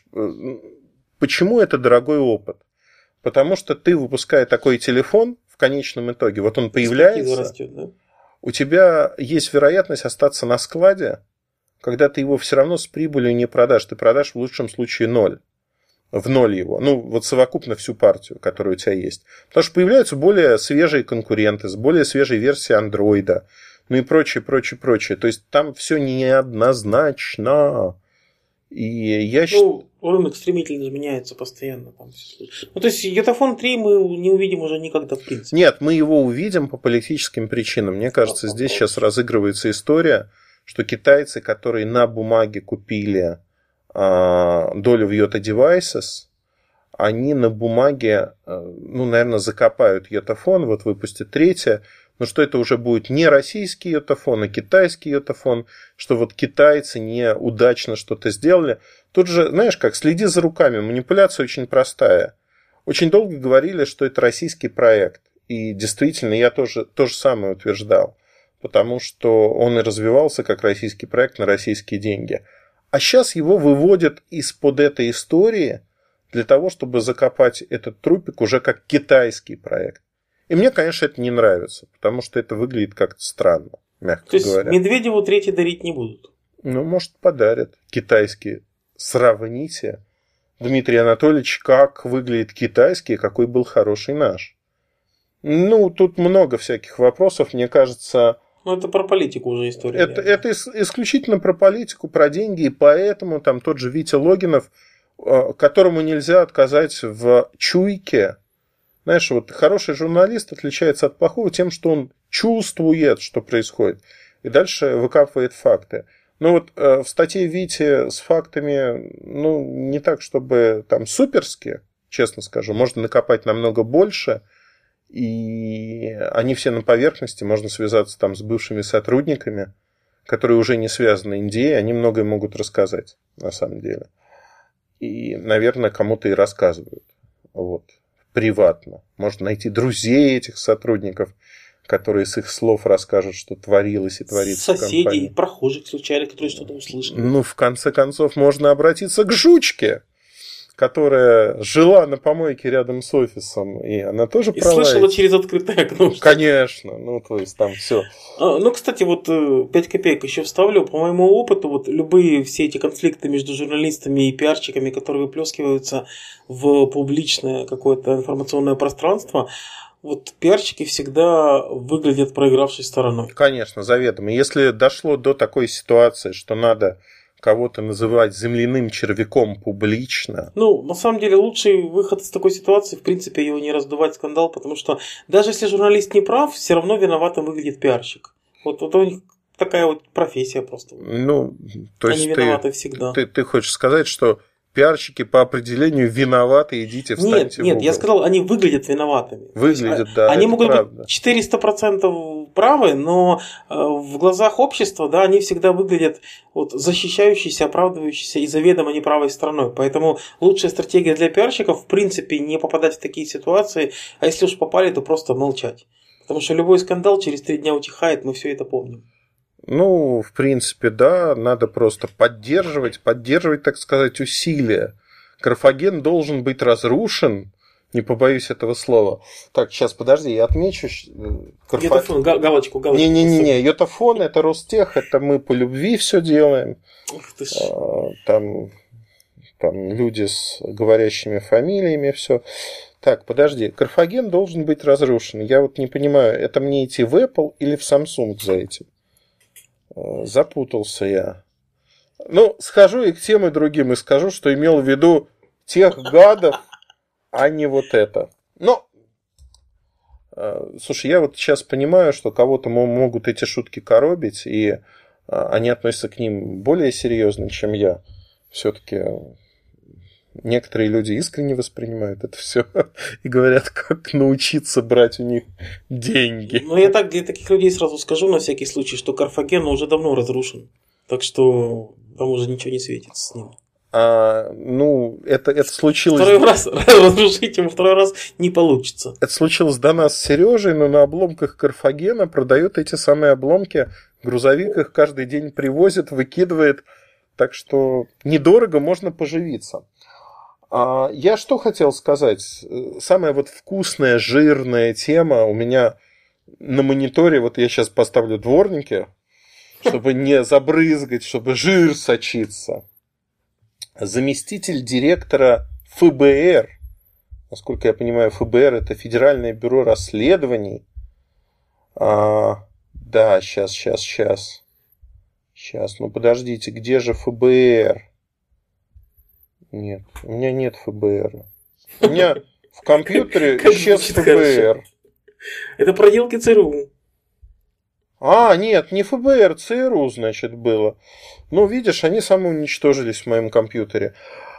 S1: Почему это дорогой опыт? Потому что ты, выпуская такой телефон, в конечном итоге, вот он появляется,
S2: растет, да?
S1: У тебя есть вероятность остаться на складе, когда ты его все равно с прибылью не продашь. Ты продашь в лучшем случае 0. В 0 его. Ну, вот совокупно всю партию, которая у тебя есть. Потому что появляются более свежие конкуренты с более свежей версией андроида. Ну и прочее, прочее, прочее. То есть там все неоднозначно. И я считаю...
S2: рынок стремительно меняется постоянно. Ну, то есть, Йотафон 3 мы не увидим уже никогда, в принципе.
S1: Нет, мы его увидим по политическим причинам. Мне кажется, здесь сейчас разыгрывается история, что китайцы, которые на бумаге купили долю в Yota Devices, они на бумаге, наверное, закопают Йотафон, вот выпустят третье, но что это уже будет не российский Йотафон, а китайский Йотафон, что вот китайцы неудачно что-то сделали. Тут же, знаешь как, следи за руками, манипуляция очень простая. Очень долго говорили, что это российский проект, и действительно я то же самое утверждал, потому что он и развивался как российский проект на российские деньги. А сейчас его выводят из-под этой истории для того, чтобы закопать этот трупик уже как китайский проект. И мне, конечно, это не нравится, потому что это выглядит как-то странно, мягко говоря.
S2: То есть Медведеву третий дарить не будут?
S1: Ну, может, подарят. Китайские. Сравните, Дмитрий Анатольевич, как выглядит китайский и какой был хороший наш. Ну, тут много всяких вопросов, мне кажется...
S2: Ну, это про политику уже история.
S1: Это исключительно про политику, про деньги, и поэтому там тот же Витя Логинов, которому нельзя отказать в чуйке. Знаешь, вот хороший журналист отличается от плохого тем, что он чувствует, что происходит, и дальше выкапывает факты. Но вот в статье Вити с фактами, не так, чтобы там суперски, честно скажу, можно накопать намного больше, и они все на поверхности, можно связаться там с бывшими сотрудниками, которые уже не связаны NDA, они многое могут рассказать, на самом деле. И, наверное, кому-то и рассказывают. Вот. Приватно. Можно найти друзей этих сотрудников, которые с их слов расскажут, что творилось и творится в компании.
S2: Соседей, прохожих случайно, которые что-то услышали.
S1: Ну, в конце концов, можно обратиться к жучке, которая жила на помойке рядом с офисом, и она тоже
S2: и слышала через открытое окно.
S1: Конечно, то есть там все.
S2: Кстати, вот 5 копеек еще вставлю. По моему опыту, вот любые все эти конфликты между журналистами и пиарщиками, которые выплескиваются в публичное какое-то информационное пространство, вот пиарщики всегда выглядят проигравшей стороной.
S1: Конечно, заведомо. Если дошло до такой ситуации, что надо кого-то называть земляным червяком публично.
S2: На самом деле, лучший выход из такой ситуации, в принципе, его не раздувать скандал, потому что даже если журналист не прав, все равно виноватым выглядит пиарщик. Вот у них такая вот профессия просто.
S1: То есть
S2: они виноваты всегда.
S1: Ты хочешь сказать, что пиарщики по определению виноваты, идите, встаньте в угол.
S2: Нет, я сказал, они выглядят виноватыми.
S1: Выглядят, да.
S2: Они могут
S1: правда.
S2: быть 400% правы, но в глазах общества, да, они всегда выглядят вот, защищающейся, оправдывающейся и заведомо неправой стороной. Поэтому лучшая стратегия для пиарщиков, в принципе, не попадать в такие ситуации, а если уж попали, то просто молчать. Потому что любой скандал через 3 дня утихает, мы все это помним.
S1: Ну, в принципе, да, надо просто поддерживать, так сказать, усилия. Карфаген должен быть разрушен, не побоюсь этого слова. Так, сейчас, подожди, я отмечу.
S2: Йотафон, галочку.
S1: Не-не-не, Йотафон, это Ростех, это мы по любви все делаем.
S2: Ух ты ж.
S1: Там люди с говорящими фамилиями, все. Так, подожди, Карфаген должен быть разрушен. Я вот не понимаю, это мне идти в Apple или в Samsung за этим? Запутался я. Ну, схожу и к тем, и другим, и скажу, что имел в виду тех гадов, а не вот это. Но, слушай, я вот сейчас понимаю, что кого-то могут эти шутки коробить, и они относятся к ним более серьезно, чем я. Все-таки некоторые люди искренне воспринимают это все и говорят, как научиться брать у них деньги.
S2: Ну, я так для таких людей сразу скажу на всякий случай, что Карфаген уже давно разрушен. Так что там уже ничего не светится с ним.
S1: Ну, это случилось...
S2: Второй раз разрушить его, второй раз не получится.
S1: Это случилось до нас с Сережей, но на обломках Карфагена продают эти самые обломки. Грузовик их каждый день привозит, выкидывает. Так что недорого, можно поживиться. Я что хотел сказать? Самая вот вкусная, жирная тема у меня на мониторе. Вот я сейчас поставлю дворники, чтобы не забрызгать, чтобы жир сочиться. Заместитель директора ФБР, насколько я понимаю, ФБР это Федеральное бюро расследований. Да, сейчас. Ну подождите, где же ФБР? Нет, у меня нет ФБР. У меня в компьютере исчез ФБР.
S2: Это проделки ЦРУ.
S1: Нет, не ФБР, ЦРУ, значит, было. Ну, видишь, они самоуничтожились в моем компьютере.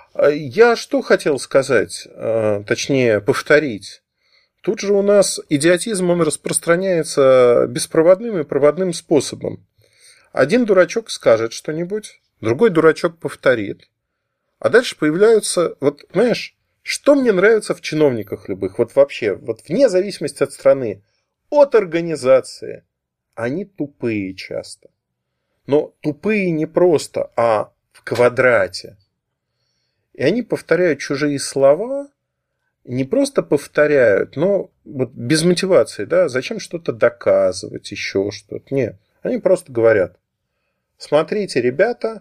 S1: Я что хотел сказать, точнее, повторить. Тут же у нас идиотизм, он распространяется беспроводным и проводным способом. Один дурачок скажет что-нибудь, другой дурачок повторит. А дальше появляются, вот, знаешь, что мне нравится в чиновниках любых, вот вообще, вот вне зависимости от страны, от организации. Они тупые часто. Но тупые не просто, а в квадрате. И они повторяют чужие слова, не просто повторяют, но вот без мотивации, да, зачем что-то доказывать, еще что-то. Нет, они просто говорят: смотрите, ребята,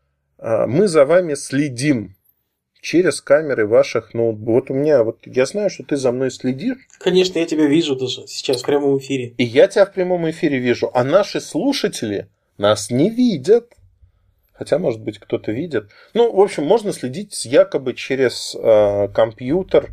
S1: мы за вами следим через камеры ваших ноутбуков. Вот у меня, вот я знаю, что ты за мной следишь.
S2: Конечно, я тебя вижу даже сейчас в прямом эфире.
S1: И я тебя в прямом эфире вижу, а наши слушатели нас не видят. Хотя, может быть, кто-то видит. Ну, в общем, можно следить якобы через компьютер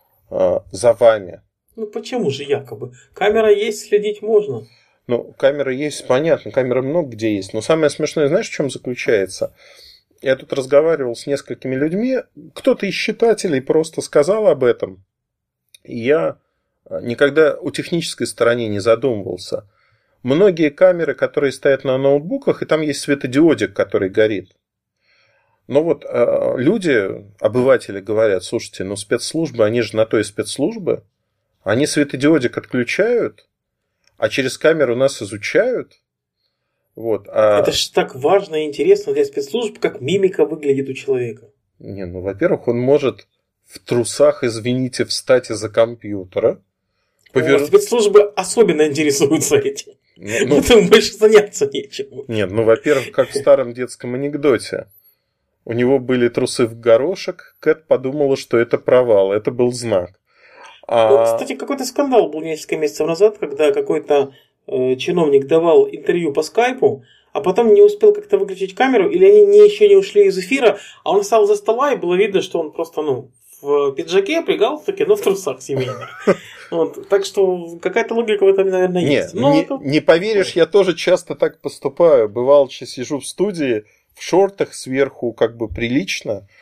S1: за вами.
S2: Ну, почему же якобы? Камера есть, следить можно.
S1: Ну, камера есть, понятно, камера много где есть. Но самое смешное, знаешь, в чем заключается? Я тут разговаривал с несколькими людьми. Кто-то из читателей просто сказал об этом. И я никогда о технической стороне не задумывался. Многие камеры, которые стоят на ноутбуках, и там есть светодиодик, который горит. Но вот люди, обыватели говорят: слушайте, ну спецслужбы, они же на то и спецслужбы. Они светодиодик отключают, а через камеру нас изучают. Вот,
S2: Это же так важно и интересно для спецслужб, как мимика выглядит у человека.
S1: Не, ну, во-первых, он может в трусах, извините, встать из-за компьютера.
S2: Спецслужбы особенно интересуются этим. Поэтому больше заняться нечем.
S1: Нет, ну, во-первых, как в старом детском анекдоте. У него были трусы в горошек, Кэт подумала, что это провал, это был знак.
S2: Ну, кстати, какой-то скандал был несколько месяцев назад, когда какой-то чиновник давал интервью по скайпу, а потом не успел как-то выключить камеру, или они еще не ушли из эфира, а он встал за стола, и было видно, что он просто, в пиджаке, при галстуке, но в трусах семейных. Вот. Так что какая-то логика в этом, наверное, есть.
S1: Не поверишь, я тоже часто так поступаю. Бывало, сижу в студии, в шортах сверху, как бы прилично,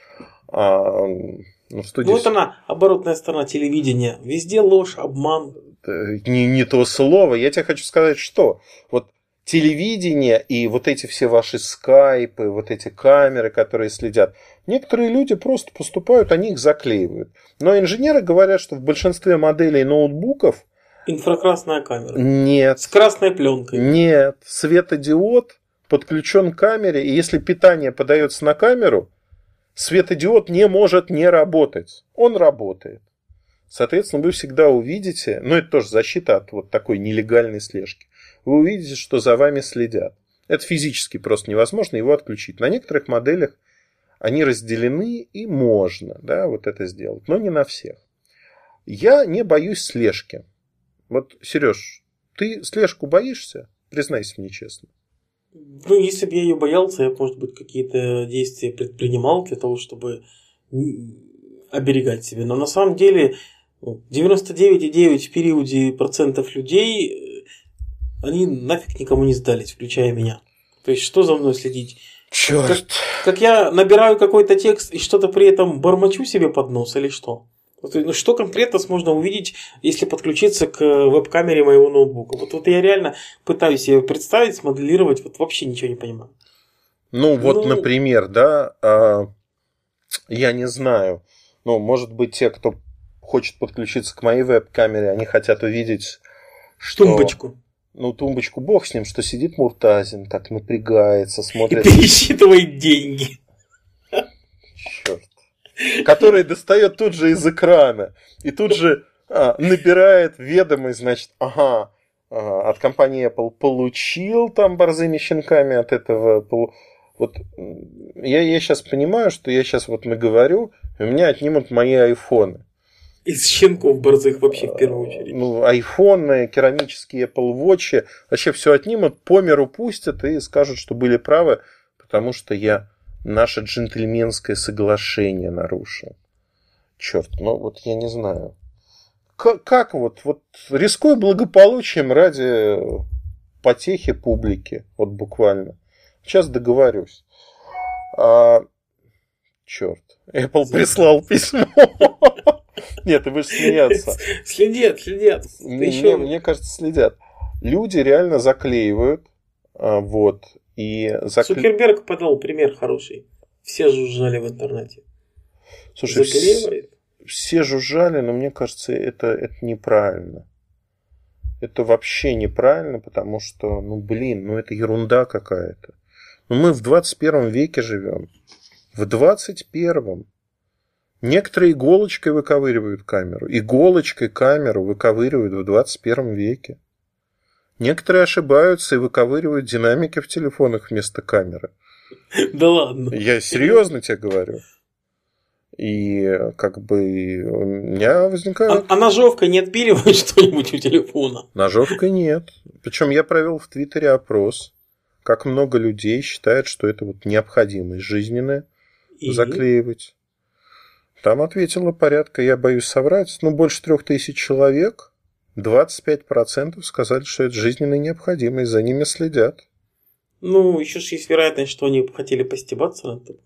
S1: В студии...
S2: Вот она, оборотная сторона телевидения. Везде ложь, обман.
S1: Не то слово. Я тебе хочу сказать, что вот телевидение и вот эти все ваши скайпы, вот эти камеры, которые следят, некоторые люди просто поступают, они их заклеивают. Но инженеры говорят, что в большинстве моделей ноутбуков
S2: инфракрасная камера.
S1: Нет.
S2: С красной пленкой.
S1: Нет. Светодиод подключен к камере, и если питание подается на камеру, светодиод не может не работать. Он работает. Соответственно, вы всегда увидите, это тоже защита от вот такой нелегальной слежки, вы увидите, что за вами следят. Это физически просто невозможно его отключить. На некоторых моделях они разделены, и можно, вот это сделать, но не на всех. Я не боюсь слежки. Вот, Сереж, ты слежку боишься? Признайся мне честно.
S2: Если бы я ее боялся, я, может быть, какие-то действия предпринимал для того, чтобы оберегать себя. Но на самом деле 99,9 в периоде процентов людей, они нафиг никому не сдались, включая меня. То есть, что за мной следить?
S1: Черт.
S2: Как я набираю какой-то текст и что-то при этом бормочу себе под нос или что? Что конкретно можно увидеть, если подключиться к веб-камере моего ноутбука? Вот я реально пытаюсь себе представить, смоделировать, вообще ничего не понимаю.
S1: Например, я не знаю. Может быть, те, кто хочет подключиться к моей веб-камере, они хотят увидеть, что...
S2: Тумбочку.
S1: Тумбочку, бог с ним, что сидит Муртазин, так напрягается, смотрит...
S2: И пересчитывает деньги.
S1: Черт. Который достает тут же из экрана. И тут же набирает ведомость, значит, от компании Apple получил там борзыми щенками от этого. Вот я сейчас понимаю, что я сейчас наговорю, и у меня отнимут мои айфоны.
S2: Из щенков борзых вообще в первую очередь.
S1: Айфоны, керамические Apple Watch, вообще все отнимут, по миру пустят и скажут, что были правы, потому что я наше джентльменское соглашение нарушил. Черт, я не знаю. Как рискуя благополучием ради потехи публики, буквально. Сейчас договорюсь. Черт, Apple прислал письмо. Нет, ты будешь смеяться.
S2: Следят.
S1: Мне кажется, следят. Люди реально заклеивают.
S2: Цукерберг подал пример хороший. Все жужжали в интернете.
S1: Слушай, все жужжали, но мне кажется, это неправильно. Это вообще неправильно, потому что, это ерунда какая-то. Мы в 21 веке живем. В 21-м. Некоторые иголочкой выковыривают камеру. Иголочкой камеру выковыривают в 21 веке. Некоторые ошибаются и выковыривают динамики в телефонах вместо камеры.
S2: Да ладно.
S1: Я серьезно тебе говорю. И у меня возникает...
S2: А ножовкой не отпиливают что-нибудь у телефона?
S1: Ножовкой нет. Причем я провел в Твиттере опрос, как много людей считает, что это необходимость жизненная заклеивать. Там ответило порядка, я боюсь соврать, больше 3000 человек. 25% сказали, что это жизненная необходимость, за ними следят.
S2: Еще ж есть вероятность, что они хотели постебаться над тобой.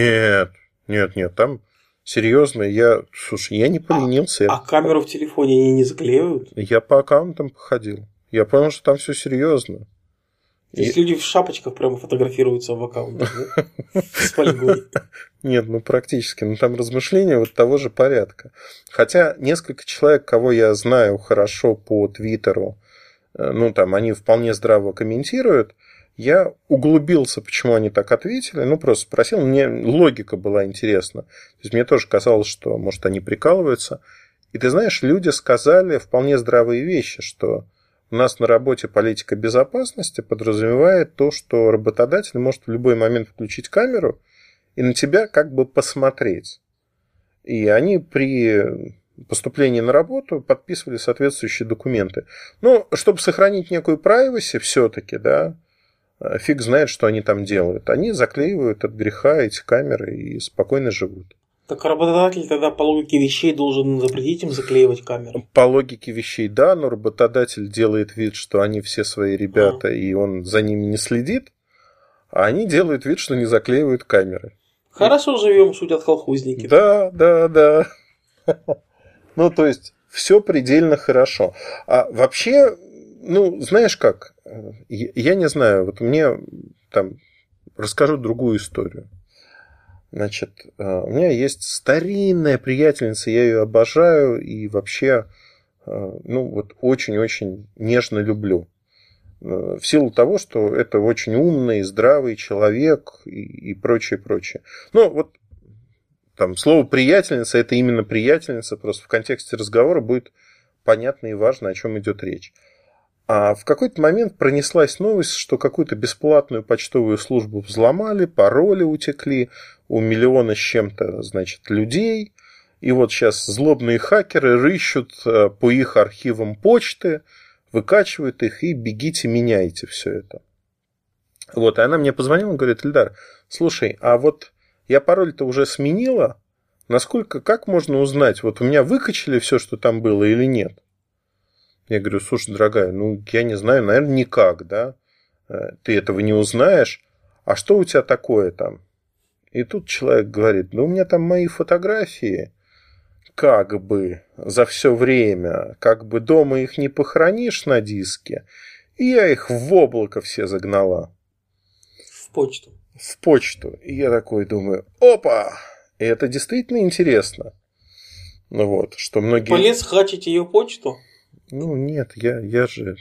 S1: Нет, там серьезно, я не поленился.
S2: А камеру в телефоне они не заклеивают?
S1: Я по аккаунтам походил. Я понял, что там все серьезно.
S2: То есть люди в шапочках прямо фотографируются в аккаунтах, да? С фольгой.
S1: Нет, практически. Там размышления того же порядка. Хотя несколько человек, кого я знаю хорошо по Твиттеру, они вполне здраво комментируют. Я углубился, почему они так ответили. Просто спросил. Мне логика была интересна. То есть мне тоже казалось, что, может, они прикалываются. И ты знаешь, люди сказали вполне здравые вещи, что у нас на работе политика безопасности подразумевает то, что работодатель может в любой момент включить камеру и на тебя посмотреть. И они при поступлении на работу подписывали соответствующие документы. Чтобы сохранить некую privacy все-таки, фиг знает, что они там делают. Они заклеивают от греха эти камеры и спокойно живут.
S2: Так работодатель тогда по логике вещей должен запретить им заклеивать камеры?
S1: По логике вещей, да, но работодатель делает вид, что они все свои ребята, и он за ними не следит, а они делают вид, что не заклеивают камеры.
S2: Хорошо живем, шутят колхозники.
S1: Да. Ну, то есть, все предельно хорошо. А вообще, ну, знаешь как, я не знаю, вот мне там расскажу другую историю. Значит, у меня есть старинная приятельница, я ее обожаю и вообще, ну, вот очень-очень нежно люблю. В силу того, что это очень умный, здравый человек и прочее, прочее. Ну, вот там слово приятельница это именно приятельница, просто в контексте разговора будет понятно и важно, о чем идет речь. А в какой-то момент пронеслась новость, что какую-то бесплатную почтовую службу взломали, пароли утекли у миллиона с чем-то, значит, людей. И вот сейчас злобные хакеры рыщут по их архивам почты, выкачивают их и бегите, меняйте все это. Вот, и она мне позвонила и говорит: Ильдар, слушай, а вот я пароль-то уже сменила, как можно узнать, вот у меня выкачали все, что там было или нет? Я говорю: слушай, дорогая, ну, я не знаю, наверное, никак, да? Ты этого не узнаешь. А что у тебя такое там? И тут человек говорит: ну, у меня там мои фотографии, как бы за все время, как бы дома их не похоронишь на диске, и я их в облако все загнала.
S2: В почту.
S1: В почту. И я такой думаю: опа! И это действительно интересно. Ну вот, что многие...
S2: Полез хачить ее почту?
S1: Ну, нет, я же...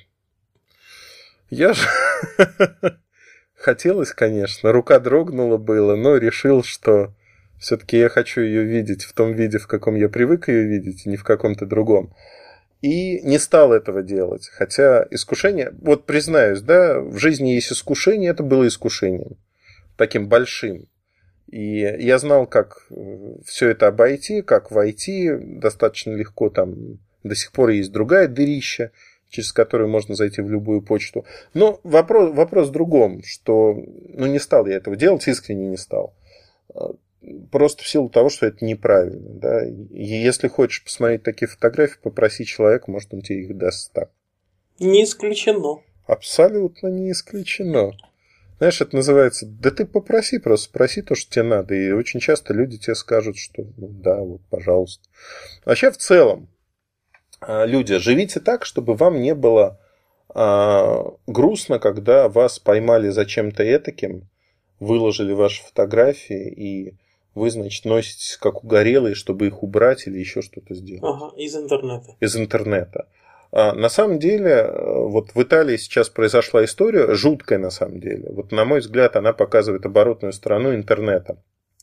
S1: Хотелось, конечно, рука дрогнула было, но решил, что все-таки я хочу ее видеть в том виде, в каком я привык ее видеть, и не в каком-то другом. И не стал этого делать. Хотя искушение, вот признаюсь, да, в жизни есть искушение, это было искушением. Таким большим. И я знал, как все это обойти, как войти. Достаточно легко там до сих пор есть другая дырища, через которую можно зайти в любую почту. Но вопрос в другом, что не стал я этого делать, искренне не стал. Просто в силу того, что это неправильно. Да? И если хочешь посмотреть такие фотографии, попроси человека, может, он тебе их даст так.
S2: Не исключено.
S1: Абсолютно не исключено. Знаешь, это называется: да ты попроси, просто спроси то, что тебе надо. И очень часто люди тебе скажут, что ну да, вот, пожалуйста. Вообще, в целом, люди, живите так, чтобы вам не было грустно, когда вас поймали за чем-то этаким, выложили ваши фотографии, и вы, значит, носитесь как угорелые, чтобы их убрать или еще что-то сделать.
S2: Ага, из интернета.
S1: Из интернета. На самом деле, вот в Италии сейчас произошла история, жуткая на самом деле. Вот, на мой взгляд, она показывает оборотную сторону интернета.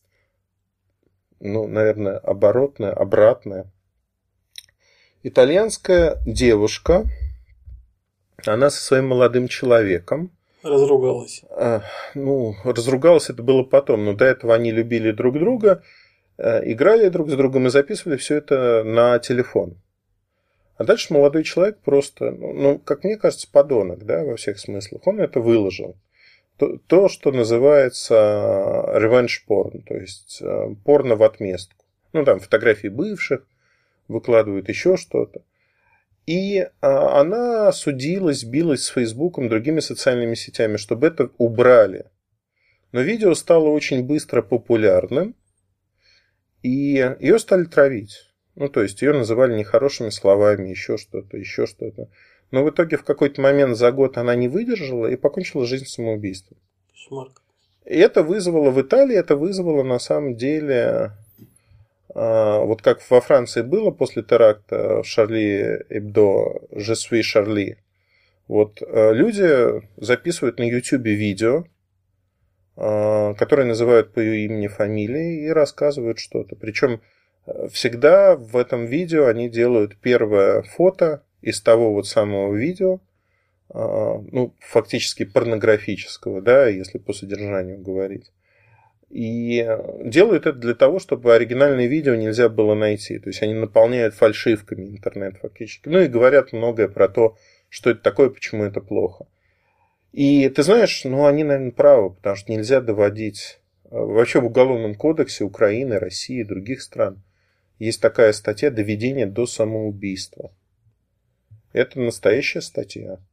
S1: Ну, наверное, обратная. Итальянская девушка, она со своим молодым человеком...
S2: Разругалась.
S1: Разругалась это было потом, но до этого они любили друг друга, играли друг с другом и записывали все это на телефон. А дальше молодой человек просто, как мне кажется, подонок, да, во всех смыслах. Он это выложил. То, что называется revenge porn, то есть порно в отместку. Там фотографии бывших выкладывают, еще что-то. И она судилась, билась с Фейсбуком, другими социальными сетями, чтобы это убрали. Но видео стало очень быстро популярным, и ее стали травить. То есть ее называли нехорошими словами, еще что-то. Но в итоге в какой-то момент за год она не выдержала и покончила жизнь самоубийством.
S2: Шмарк.
S1: И это вызвало в Италии, на самом деле, вот как во Франции было после теракта в Шарли Эбдо, «Je suis Шарли». Вот люди записывают на Ютубе видео, которые называют по ее имени, фамилии и рассказывают что-то. Причем всегда в этом видео они делают первое фото из того вот самого видео, фактически порнографического, да, если по содержанию говорить. И делают это для того, чтобы оригинальное видео нельзя было найти. То есть они наполняют фальшивками интернет фактически. И говорят многое про то, что это такое, почему это плохо. И ты знаешь, они, наверное, правы, потому что нельзя доводить... Вообще в Уголовном кодексе Украины, России и других стран есть такая статья «Доведение до самоубийства». Это настоящая статья.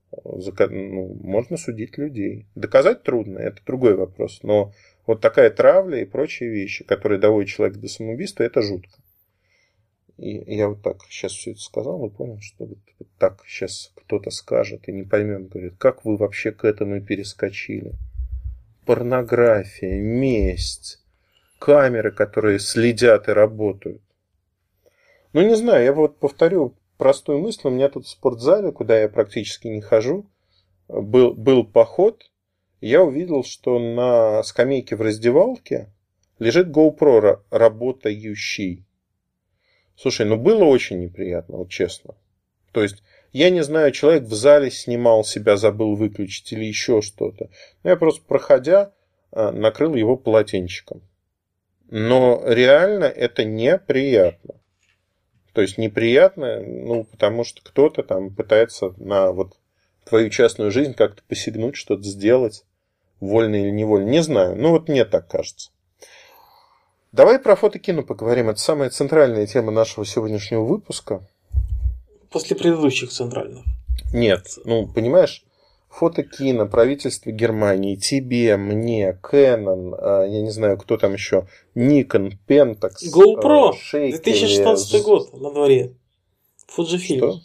S1: Можно судить людей. Доказать трудно, это другой вопрос. Но вот такая травля и прочие вещи, которые доводят человека до самоубийства, это жутко. И я вот так сейчас все это сказал и понял, что вот так сейчас кто-то скажет и не поймет, говорит, как вы вообще к этому перескочили? Порнография, месть, камеры, которые следят и работают. Не знаю, я вот повторю простую мысль. У меня тут в спортзале, куда я практически не хожу, был поход. Я увидел, что на скамейке в раздевалке лежит GoPro работающий. Слушай, было очень неприятно, вот честно. То есть, я не знаю, человек в зале снимал себя, забыл выключить или еще что-то. Я просто, проходя, накрыл его полотенчиком. Но реально это неприятно. То есть, неприятно, потому что кто-то там пытается на вот твою частную жизнь как-то посягнуть, что-то сделать, вольно или невольно. Не знаю, мне так кажется. Давай про фотокино поговорим. Это самая центральная тема нашего сегодняшнего выпуска.
S2: После предыдущих центральных.
S1: Нет, понимаешь, фотокино, правительство Германии, тебе, мне, Canon, я не знаю, кто там еще, Nikon, Pentax,
S2: GoPro,
S1: Shaker,
S2: 2016 год на дворе. Fujifilm.
S1: Что?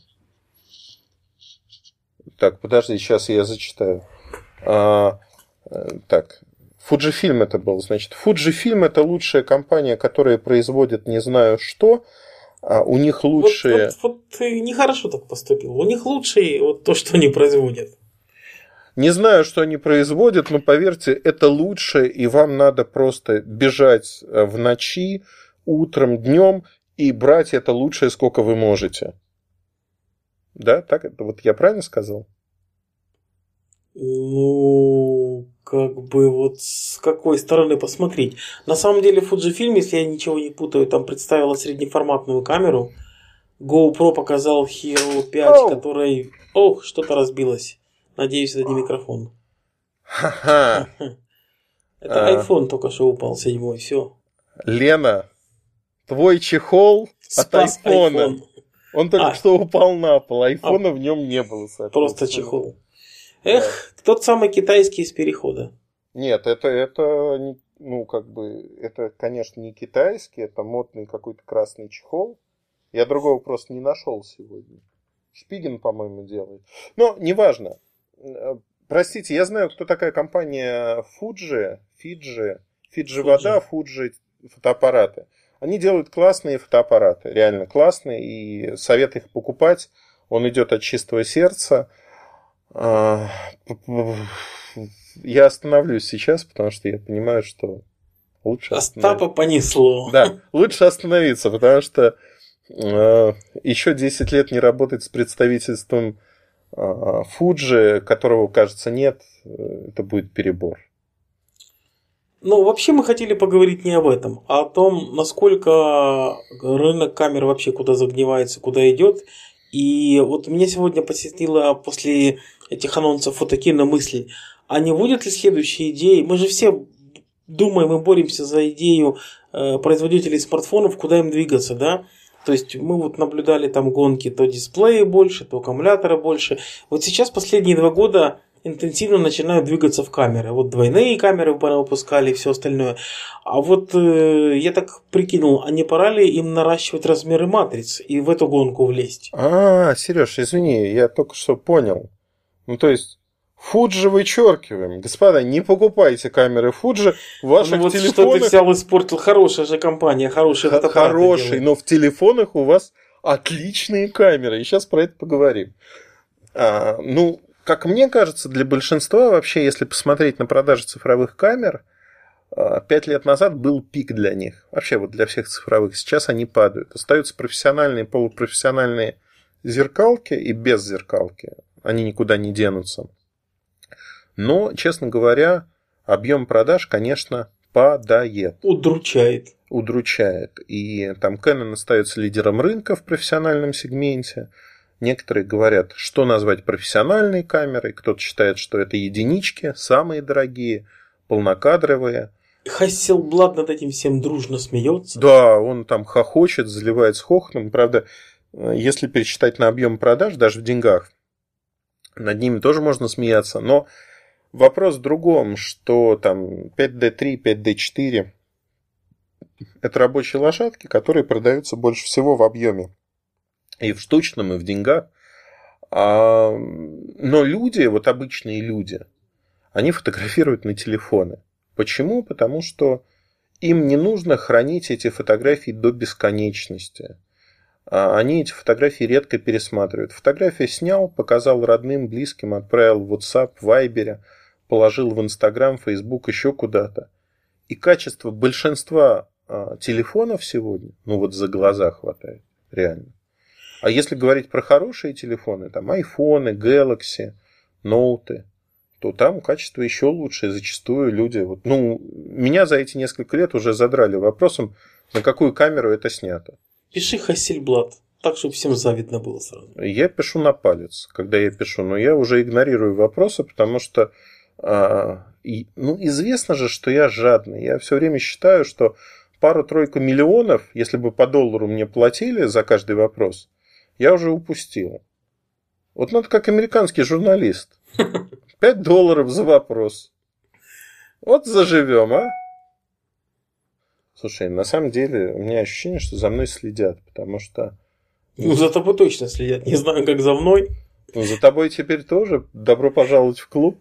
S1: Так, подожди, сейчас я зачитаю. Так, Fujifilm это был. Значит, Fujifilm это лучшая компания, которая производит не знаю что. У них лучшие...
S2: Вот ты нехорошо так поступил. У них лучшие вот то, что они производят.
S1: Не знаю, что они производят, но поверьте, это лучшее, и вам надо просто бежать в ночи, утром, днем и брать это лучшее, сколько вы можете. Да, так это вот я правильно сказал?
S2: Вот с какой стороны посмотреть. На самом деле Fujifilm, если я ничего не путаю, там представила среднеформатную камеру. GoPro показал Hero 5, которой... что-то разбилось. Надеюсь, это не микрофон.
S1: Ха-ха.
S2: Это iPhone только что упал, 7-й, все.
S1: Лена, твой чехол
S2: Спас
S1: от айфона.
S2: iPhone.
S1: Он только что упал на пол, айфона в нем не было.
S2: Просто чехол. Тот самый китайский из перехода.
S1: Нет, это, это, конечно, не китайский, это модный какой-то красный чехол. Я другого просто не нашел сегодня. Шпигин, по-моему, делает. Но неважно. Простите, я знаю, кто такая компания Fiji вода, Fuji фотоаппараты. Они делают классные фотоаппараты, реально классные, и совет их покупать. Он идет от чистого сердца. Я остановлюсь сейчас, потому что я понимаю, что лучше
S2: Остапа понесло.
S1: Да, лучше остановиться, потому что еще 10 лет не работать с представительством Fuji, которого, кажется, нет, это будет перебор.
S2: Вообще мы хотели поговорить не об этом, а о том, насколько рынок камер вообще куда загнивается, куда идет. И вот меня сегодня посетила после этих анонсов фотокино мысль, а не будет ли следующей идеи? Мы же все думаем и боремся за идею производителей смартфонов, куда им двигаться, да? То есть мы вот наблюдали там гонки, то дисплеи больше, то аккумулятора больше. Вот сейчас последние 2 года интенсивно начинают двигаться в камеры. Вот двойные камеры выпускали и все остальное. А вот я так прикинул, а не пора ли им наращивать размеры матриц и в эту гонку влезть?
S1: Сереж, извини, я только что понял. То есть Fuji вычеркиваем. Господа, не покупайте камеры Fuji в ваших телефонах.
S2: Что ты взял, испортил? Хорошая же компания, хорошие фотоаппараты.
S1: Хорошие, но в телефонах у вас отличные камеры. И сейчас про это поговорим. Как мне кажется, для большинства вообще, если посмотреть на продажи цифровых камер, 5 лет назад был пик для них. Вообще вот для всех цифровых. Сейчас они падают. Остаются профессиональные, полупрофессиональные зеркалки и без зеркалки. Они никуда не денутся. Но, честно говоря, объем продаж, конечно, падает.
S2: Удручает.
S1: И там Canon остается лидером рынка в профессиональном сегменте. Некоторые говорят, что назвать профессиональной камерой. Кто-то считает, что это единички, самые дорогие, полнокадровые.
S2: Hasselblad над этим всем дружно смеется.
S1: Да, он там хохочет, заливает с хохотом. Правда, если пересчитать на объем продаж, даже в деньгах, Над ними тоже можно смеяться. Но вопрос в другом, что там 5D3, 5D4 это рабочие лошадки, которые продаются больше всего в объеме. И в штучном, и в деньгах. Но люди, вот обычные люди, они фотографируют на телефоны. Почему? Потому что им не нужно хранить эти фотографии до бесконечности. Они эти фотографии редко пересматривают. Фотографию снял, показал родным, близким, отправил в WhatsApp, в Viber, положил в Instagram, Facebook, еще куда-то. И качество большинства телефонов сегодня, ну вот за глаза хватает, реально. А если говорить про хорошие телефоны, там айфоны, Galaxy, ноуты, то там качество еще лучше. И зачастую люди... Вот, меня за эти несколько лет уже задрали вопросом, на какую камеру это снято.
S2: Пиши Hasselblad, так, чтобы всем завидно было сразу.
S1: Я пишу на палец, когда я пишу, но я уже игнорирую вопросы, потому что известно же, что я жадный. Я все время считаю, что пару-тройку миллионов, если бы по доллару мне платили за каждый вопрос, я уже упустил. Вот надо как американский журналист. $5 за вопрос. Вот заживем, а? Слушай, на самом деле у меня ощущение, что за мной следят, потому что...
S2: За тобой точно следят. Не знаю, как за мной.
S1: За тобой теперь тоже. Добро пожаловать в клуб.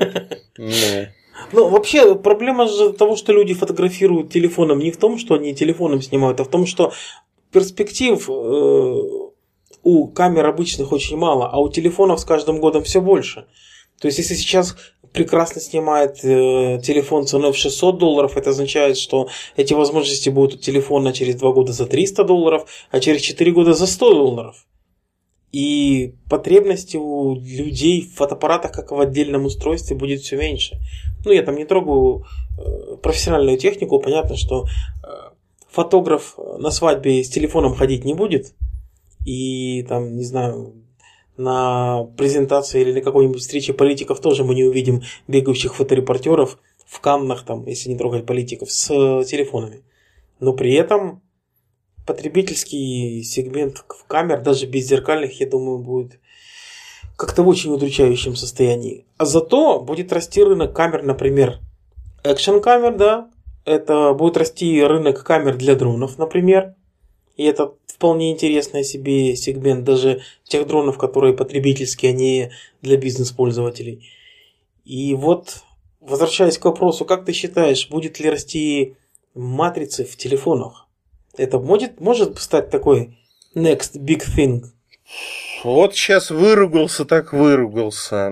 S2: Вообще, проблема же того, что люди фотографируют телефоном, не в том, что они телефоном снимают, а в том, что перспектив у камер обычных очень мало, а у телефонов с каждым годом все больше. То есть, если сейчас прекрасно снимает телефон ценой в $600, это означает, что эти возможности будут у телефона через 2 года за $300, а через 4 года за $100. И потребности у людей в фотоаппаратах, как в отдельном устройстве, будет все меньше. Я там не трогаю профессиональную технику. Понятно, что фотограф на свадьбе с телефоном ходить не будет. И там, не знаю, на презентации или на какой-нибудь встрече политиков тоже мы не увидим бегающих фоторепортеров в Каннах, там, если не трогать политиков, с телефонами. Но при этом потребительский сегмент камер, даже беззеркальных, я думаю, будет как-то в очень удручающем состоянии. А зато будет расти рынок камер, например, экшн-камер, да, это будет расти рынок камер для дронов, например. И это вполне интересный себе сегмент даже тех дронов, которые потребительские, а не для бизнес-пользователей. И вот, возвращаясь к вопросу, как ты считаешь, будет ли расти матрицы в телефонах? Это может стать такой next big thing?
S1: Вот сейчас выругался, так выругался.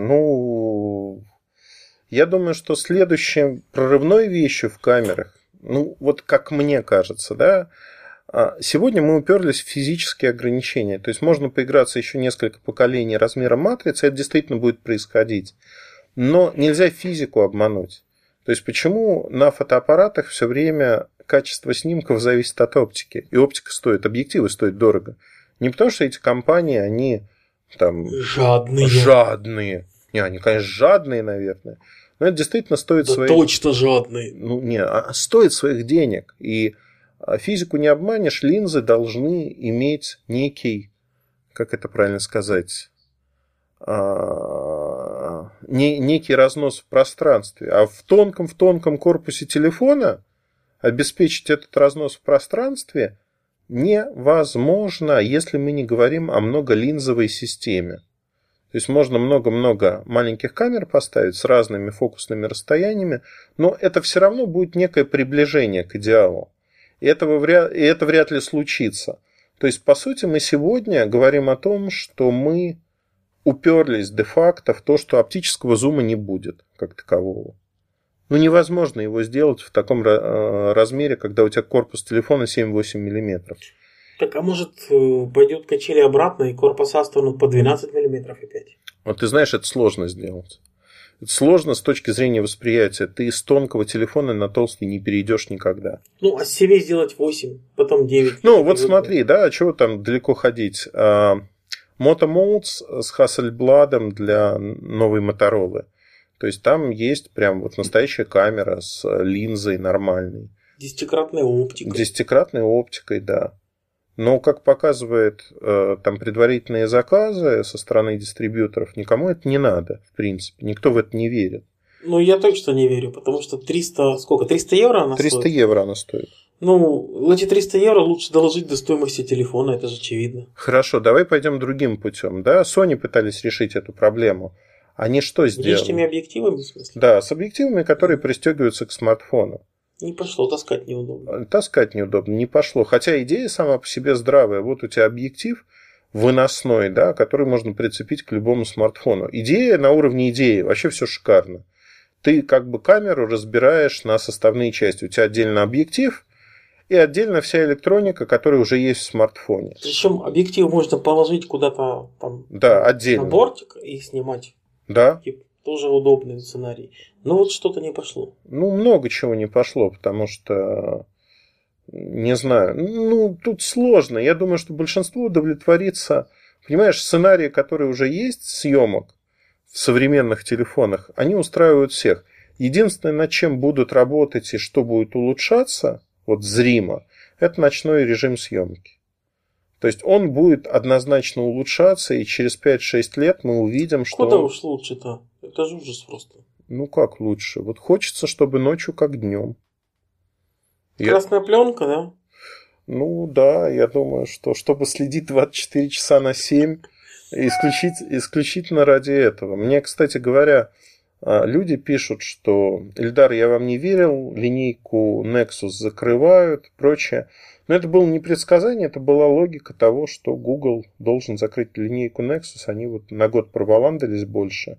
S1: Я думаю, что следующей прорывной вещью в камерах, вот как мне кажется, да, сегодня мы уперлись в физические ограничения. То есть можно поиграться еще несколько поколений размера матрицы, это действительно будет происходить. Но нельзя физику обмануть. То есть почему на фотоаппаратах все время качество снимков зависит от оптики? И оптика стоит, объективы стоят дорого. Не потому что эти компании, они там жадные. Не, они, конечно, жадные, наверное. Но это действительно стоит своих...
S2: Точно жадные.
S1: Стоит своих денег. И физику не обманешь, линзы должны иметь некий, как это правильно сказать, некий разнос в пространстве. А в тонком корпусе телефона обеспечить этот разнос в пространстве невозможно, если мы не говорим о многолинзовой системе. То есть можно много-много маленьких камер поставить с разными фокусными расстояниями, но это все равно будет некое приближение к идеалу. И это вряд ли случится. То есть, по сути, мы сегодня говорим о том, что мы уперлись де-факто в то, что оптического зума не будет как такового. Невозможно его сделать в таком размере, когда у тебя корпус телефона 7-8 мм.
S2: Так, а может, пойдет качели обратно, и корпуса станут по 12 мм опять?
S1: Вот ты знаешь, это сложно сделать. Это сложно с точки зрения восприятия. Ты с тонкого телефона на толстый не перейдешь никогда.
S2: А себе сделать 8, потом 9.
S1: Вот смотри, да, а чего там далеко ходить? Moto Modes с Hasselblad для новой Motorola. То есть там есть прям вот настоящая камера с линзой нормальной.
S2: 10-кратной оптикой.
S1: 10-кратной оптикой, да. Но, как показывает там предварительные заказы со стороны дистрибьюторов, никому это не надо, в принципе. Никто в это не верит.
S2: Ну, я точно не верю, потому что 300... Сколько? 300 евро она
S1: 300
S2: стоит?
S1: 300 евро она стоит.
S2: Ну, эти 300 евро лучше доложить до стоимости телефона, это же очевидно.
S1: Хорошо, давай пойдем другим путем. Да, Sony пытались решить эту проблему. Они что сделали?
S2: Лишними объективами, в смысле?
S1: Да, с объективами, которые пристегиваются к смартфону.
S2: Не пошло, таскать неудобно.
S1: Таскать неудобно, не пошло. Хотя идея сама по себе здравая. Вот у тебя объектив выносной, да, который можно прицепить к любому смартфону. Идея на уровне идеи. Вообще все шикарно. Ты как бы камеру разбираешь на составные части. У тебя отдельно объектив и отдельно вся электроника, которая уже есть в смартфоне.
S2: Причем объектив можно положить куда-то там
S1: да, отдельно.
S2: На бортик и снимать.
S1: Да.
S2: Тоже удобный сценарий. Но вот что-то не пошло.
S1: Ну, много чего не пошло, потому что, не знаю, ну, тут сложно. Я думаю, что большинство удовлетворится. Понимаешь, сценарии, которые уже есть, съемок в современных телефонах, они устраивают всех. Единственное, над чем будут работать и что будет улучшаться, вот зримо, это ночной режим съемки. То есть он будет однозначно улучшаться, и через 5-6 лет мы увидим, что...
S2: Куда уж лучше-то? Это же ужас просто.
S1: Ну как лучше? Вот хочется, чтобы ночью как днем.
S2: Красная пленка, да?
S1: Ну да, я думаю, что чтобы следить 24 часа на 7, исключительно ради этого. Мне, кстати говоря, люди пишут, что Ильдар, я вам не верил, линейку Nexus закрывают, прочее. Но это было не предсказание, это была логика того, что Google должен закрыть линейку Nexus. Они вот на год пробаландались больше.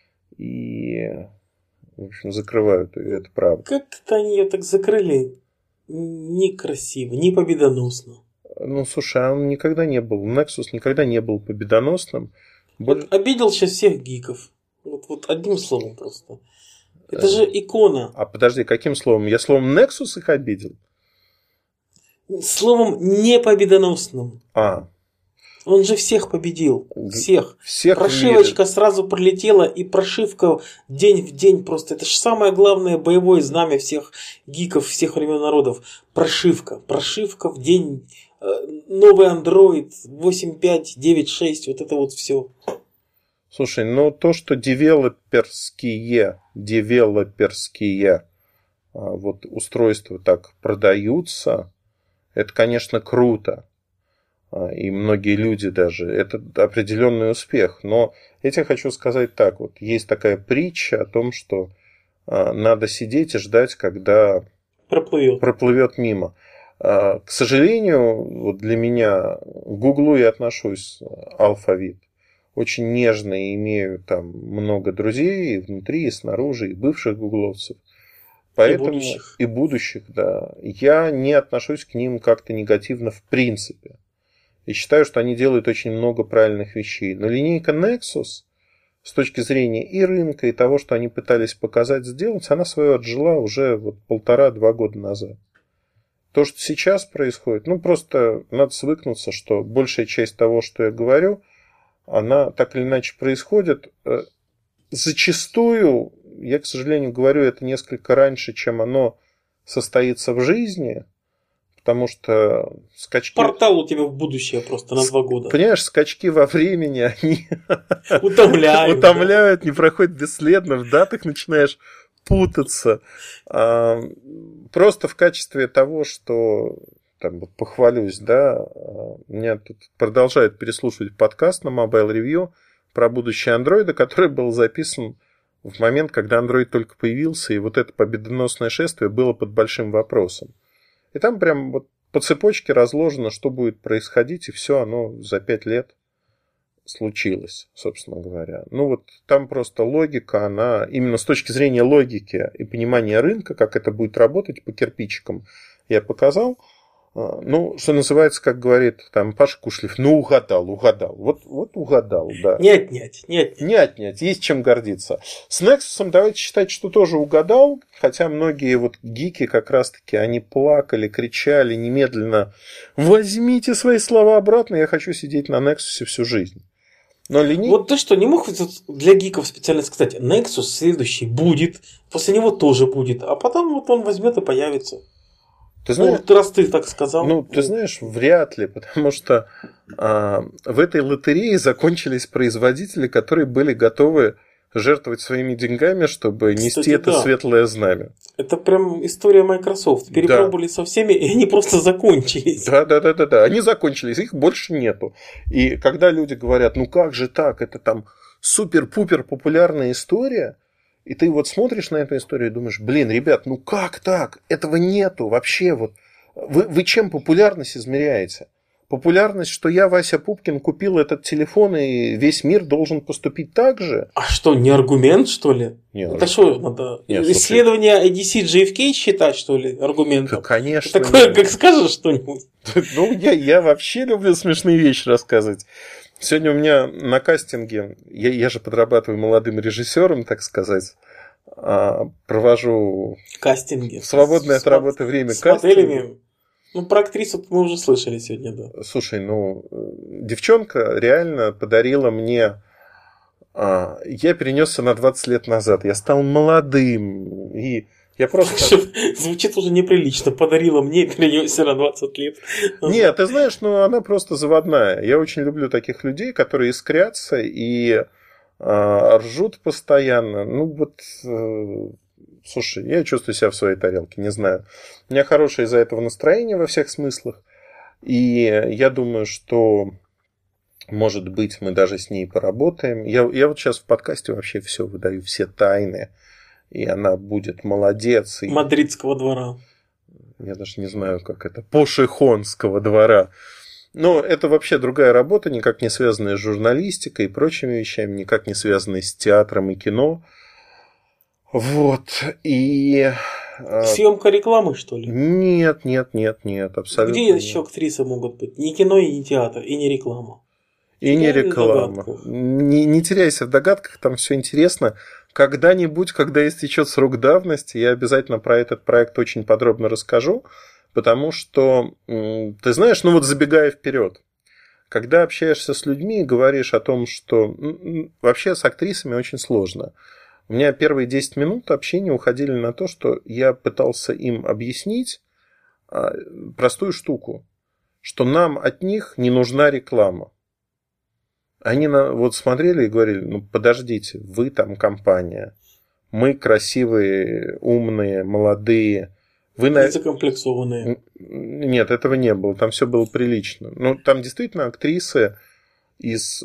S1: И, в общем, закрывают ее, это правда.
S2: Как-то они ее так закрыли некрасиво, не победоносно.
S1: Ну, слушай, а он никогда не был, Nexus никогда не был победоносным.
S2: Вот обидел сейчас всех гиков. Вот одним словом просто. Это же икона.
S1: А подожди, каким словом? Я словом Nexus их обидел?
S2: Словом не победоносным. Он же всех победил. Всех. Прошивочка сразу пролетела, и прошивка день в день просто. Это же самое главное боевое знамя всех гиков, всех времен народов. Прошивка. Прошивка в день. Новый Android 8.5, 9.6. Вот это вот все.
S1: Слушай, ну то, что девелоперские вот устройства так продаются, это, конечно, круто. И многие люди даже. Это определенный успех. Но я тебе хочу сказать так. Вот есть такая притча о том, что надо сидеть и ждать, когда проплывет мимо. К сожалению, вот для меня к Гуглу я отношусь алфавит. Очень нежно и имею там много друзей и внутри, и снаружи, и бывших гугловцев. Поэтому и будущих, да. Я не отношусь к ним как-то негативно в принципе. И считаю, что они делают очень много правильных вещей. Но линейка Nexus, с точки зрения и рынка, и того, что они пытались показать, сделать, она свое отжила уже вот 1,5-2 года назад. То, что сейчас происходит, ну просто надо свыкнуться, что большая часть того, что я говорю, она так или иначе происходит. Зачастую, я, к сожалению, говорю это несколько раньше, чем оно состоится в жизни, потому что скачки...
S2: Портал у тебя в будущее просто на 2 года.
S1: Понимаешь, скачки во времени, они
S2: утомляют,
S1: не проходят бесследно, в датах начинаешь путаться. Просто в качестве того, что там, похвалюсь, да, меня тут продолжают переслушивать подкаст на Mobile Review про будущее Android, который был записан в момент, когда Android только появился, и вот это победоносное шествие было под большим вопросом. И там прям вот по цепочке разложено, что будет происходить, и все оно за 5 лет случилось, собственно говоря. Ну вот там просто логика, она именно с точки зрения логики и понимания рынка, как это будет работать по кирпичикам, я показал. Ну, что называется, как говорит там Паша Кушлев, ну угадал. Вот угадал, да.
S2: Не отнять.
S1: Есть чем гордиться. С Nexus давайте считать, что тоже угадал, хотя многие вот гики как раз-таки, они плакали, кричали немедленно: возьмите свои слова обратно, я хочу сидеть на Nexus всю жизнь. Но
S2: Вот ты что, не мог для гиков специально сказать, Nexus следующий будет, после него тоже будет, а потом вот он возьмет и появится.
S1: Ты знаешь,
S2: раз ты так сказал.
S1: Ну, ты знаешь, вряд ли, потому что в этой лотерее закончились производители, которые были готовы жертвовать своими деньгами, чтобы нести это светлое знамя.
S2: Это прям история Microsoft. Перепробовали со всеми, и они просто закончились.
S1: Да. Они закончились, их больше нету. И когда люди говорят, ну как же так, это там супер-пупер популярная история, и ты вот смотришь на эту историю и думаешь, блин, ребят, ну как так? Этого нету вообще. Вот. Вы чем популярность измеряете? Популярность, что я, Вася Пупкин, купил этот телефон, и весь мир должен поступить так же?
S2: А что, не аргумент, что ли?
S1: Нет,
S2: это что, надо исследование IDC JFK считать, что ли, аргументом?
S1: Да, конечно.
S2: Такое, как скажешь что-нибудь?
S1: Ну, я вообще люблю смешные вещи рассказывать. Сегодня у меня на кастинге, я же подрабатываю молодым режиссером, так сказать, провожу
S2: кастинги.
S1: В свободное от работы время
S2: с моделями. Ну, про актрису мы уже слышали сегодня, да.
S1: Слушай, девчонка реально подарила мне... Я перенесся на 20 лет назад. Я стал молодым. И я просто...
S2: Звучит уже неприлично. Подарила мне, перенесся на 20 лет назад.
S1: Нет, ты знаешь, она просто заводная. Я очень люблю таких людей, которые искрятся и ржут постоянно. Слушай, я чувствую себя в своей тарелке, не знаю. У меня хорошее из-за этого настроение во всех смыслах. И я думаю, что, может быть, мы даже с ней поработаем. Я вот сейчас в подкасте вообще все выдаю, все тайны. И она будет молодец.
S2: Мадридского двора.
S1: Я даже не знаю, как это. Пошехонского двора. Но это вообще другая работа, никак не связанная с журналистикой и прочими вещами, никак не связанная с театром и кино. Вот, и...
S2: Съемка рекламы, что ли?
S1: Нет, абсолютно.
S2: Где еще актрисы могут быть? Не кино, и не театр, и не реклама.
S1: И не реклама. Не теряйся в догадках, там все интересно. Когда-нибудь, когда истечет срок давности, я обязательно про этот проект очень подробно расскажу, потому что, ты знаешь, забегая вперед, когда общаешься с людьми и говоришь о том, что вообще с актрисами очень сложно. У меня первые 10 минут общения уходили на то, что я пытался им объяснить простую штуку, что нам от них не нужна реклама. Они смотрели и говорили, подождите, вы там компания, мы красивые, умные, молодые. Вы
S2: закомплексованные.
S1: Нет, этого не было, там все было прилично. Там действительно актрисы из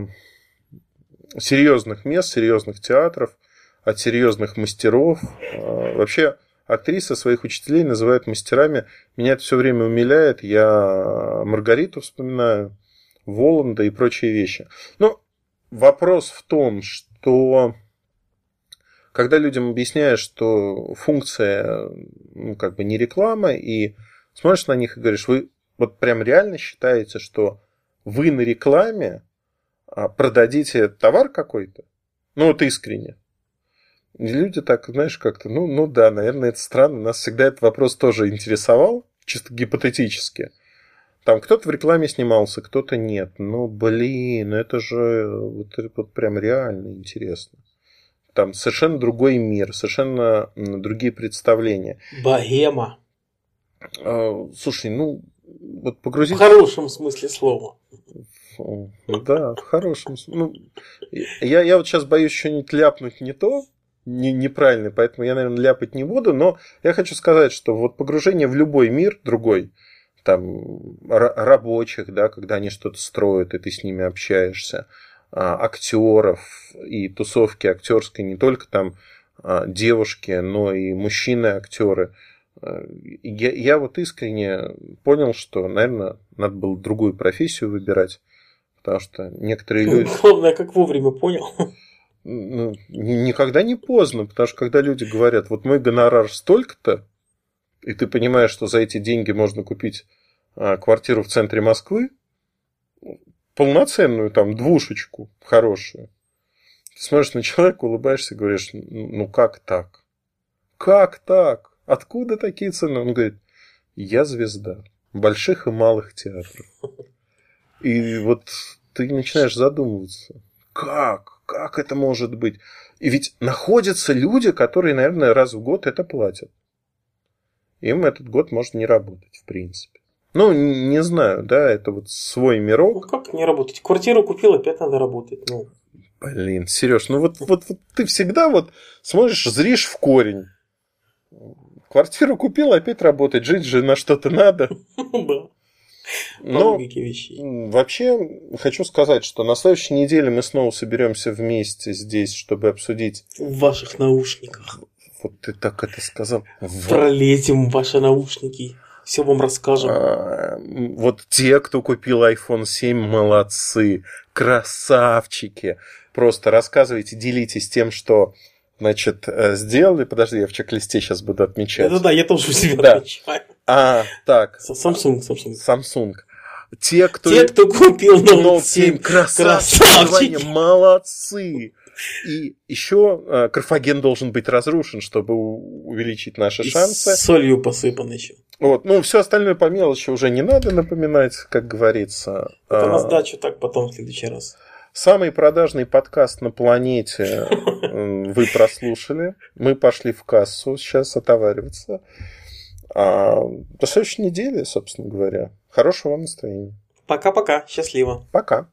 S1: серьезных мест, серьезных театров, от серьезных мастеров. Вообще, актрисы своих учителей называют мастерами. Меня это все время умиляет. Я Маргариту вспоминаю, Воланда и прочие вещи. Вопрос в том, что когда людям объясняешь, что функция не реклама, и смотришь на них и говоришь, вы вот прям реально считаете, что вы на рекламе продадите товар какой-то? Искренне. И люди так, знаешь, как-то, да, наверное, это странно. Нас всегда этот вопрос тоже интересовал, чисто гипотетически. Там кто-то в рекламе снимался, кто-то нет. Это же вот прям реально интересно. Там совершенно другой мир, совершенно другие представления.
S2: Богема.
S1: Слушай, погрузиться...
S2: В хорошем смысле слова.
S1: Да, в хорошем смысле. Я вот сейчас боюсь что-нибудь ляпнуть не то, неправильно, поэтому я, наверное, ляпать не буду, но я хочу сказать, что погружение в любой мир другой, там, рабочих, да, когда они что-то строят, и ты с ними общаешься, актеров и тусовки актерской, не только там девушки, но и мужчины-актеры. Я искренне понял, что, наверное, надо было другую профессию выбирать, потому что некоторые люди...
S2: Главное, как вовремя понял.
S1: Никогда не поздно, потому что когда люди говорят, вот мой гонорар столько-то, и ты понимаешь, что за эти деньги можно купить квартиру в центре Москвы, полноценную, там, двушечку хорошую. Ты смотришь на человека, улыбаешься и говоришь, как так? Как так? Откуда такие цены? Он говорит, я звезда больших и малых театров. И ты начинаешь задумываться, как это может быть? И ведь находятся люди, которые, наверное, раз в год это платят. им этот год может не работать, в принципе. Ну, не знаю, да, это вот свой мирок.
S2: Ну, как не работать? Квартиру купил, опять надо работать. Ну.
S1: Блин, Сереж, ну вот ты всегда вот смотришь, зришь в корень. Квартиру купил, опять работать, жить же на что-то надо.
S2: Да.
S1: Но вообще хочу сказать, что на следующей неделе мы снова соберемся вместе здесь, чтобы обсудить...
S2: В ваших наушниках.
S1: Вот ты так это сказал.
S2: Пролезем в ваши наушники. Все вам расскажем.
S1: Вот те, кто купил iPhone 7, молодцы, красавчики. Просто рассказывайте, делитесь тем, что, значит, сделали. Подожди, я в чек-листе сейчас буду отмечать.
S2: Да, я тоже у себя отмечаю.
S1: Так.
S2: Samsung.
S1: Те, кто
S2: купил Note 7,
S1: красавчики, молодцы. И еще Карфаген должен быть разрушен, чтобы увеличить наши шансы.
S2: С солью посыпан еще.
S1: Вот. Ну, все остальное по мелочи уже не надо напоминать, как говорится.
S2: Это на сдачу, так потом в следующий раз.
S1: Самый продажный подкаст на планете вы прослушали. Мы пошли в кассу сейчас отовариваться. До следующей недели, собственно говоря. Хорошего вам настроения.
S2: Пока-пока. Счастливо.
S1: Пока.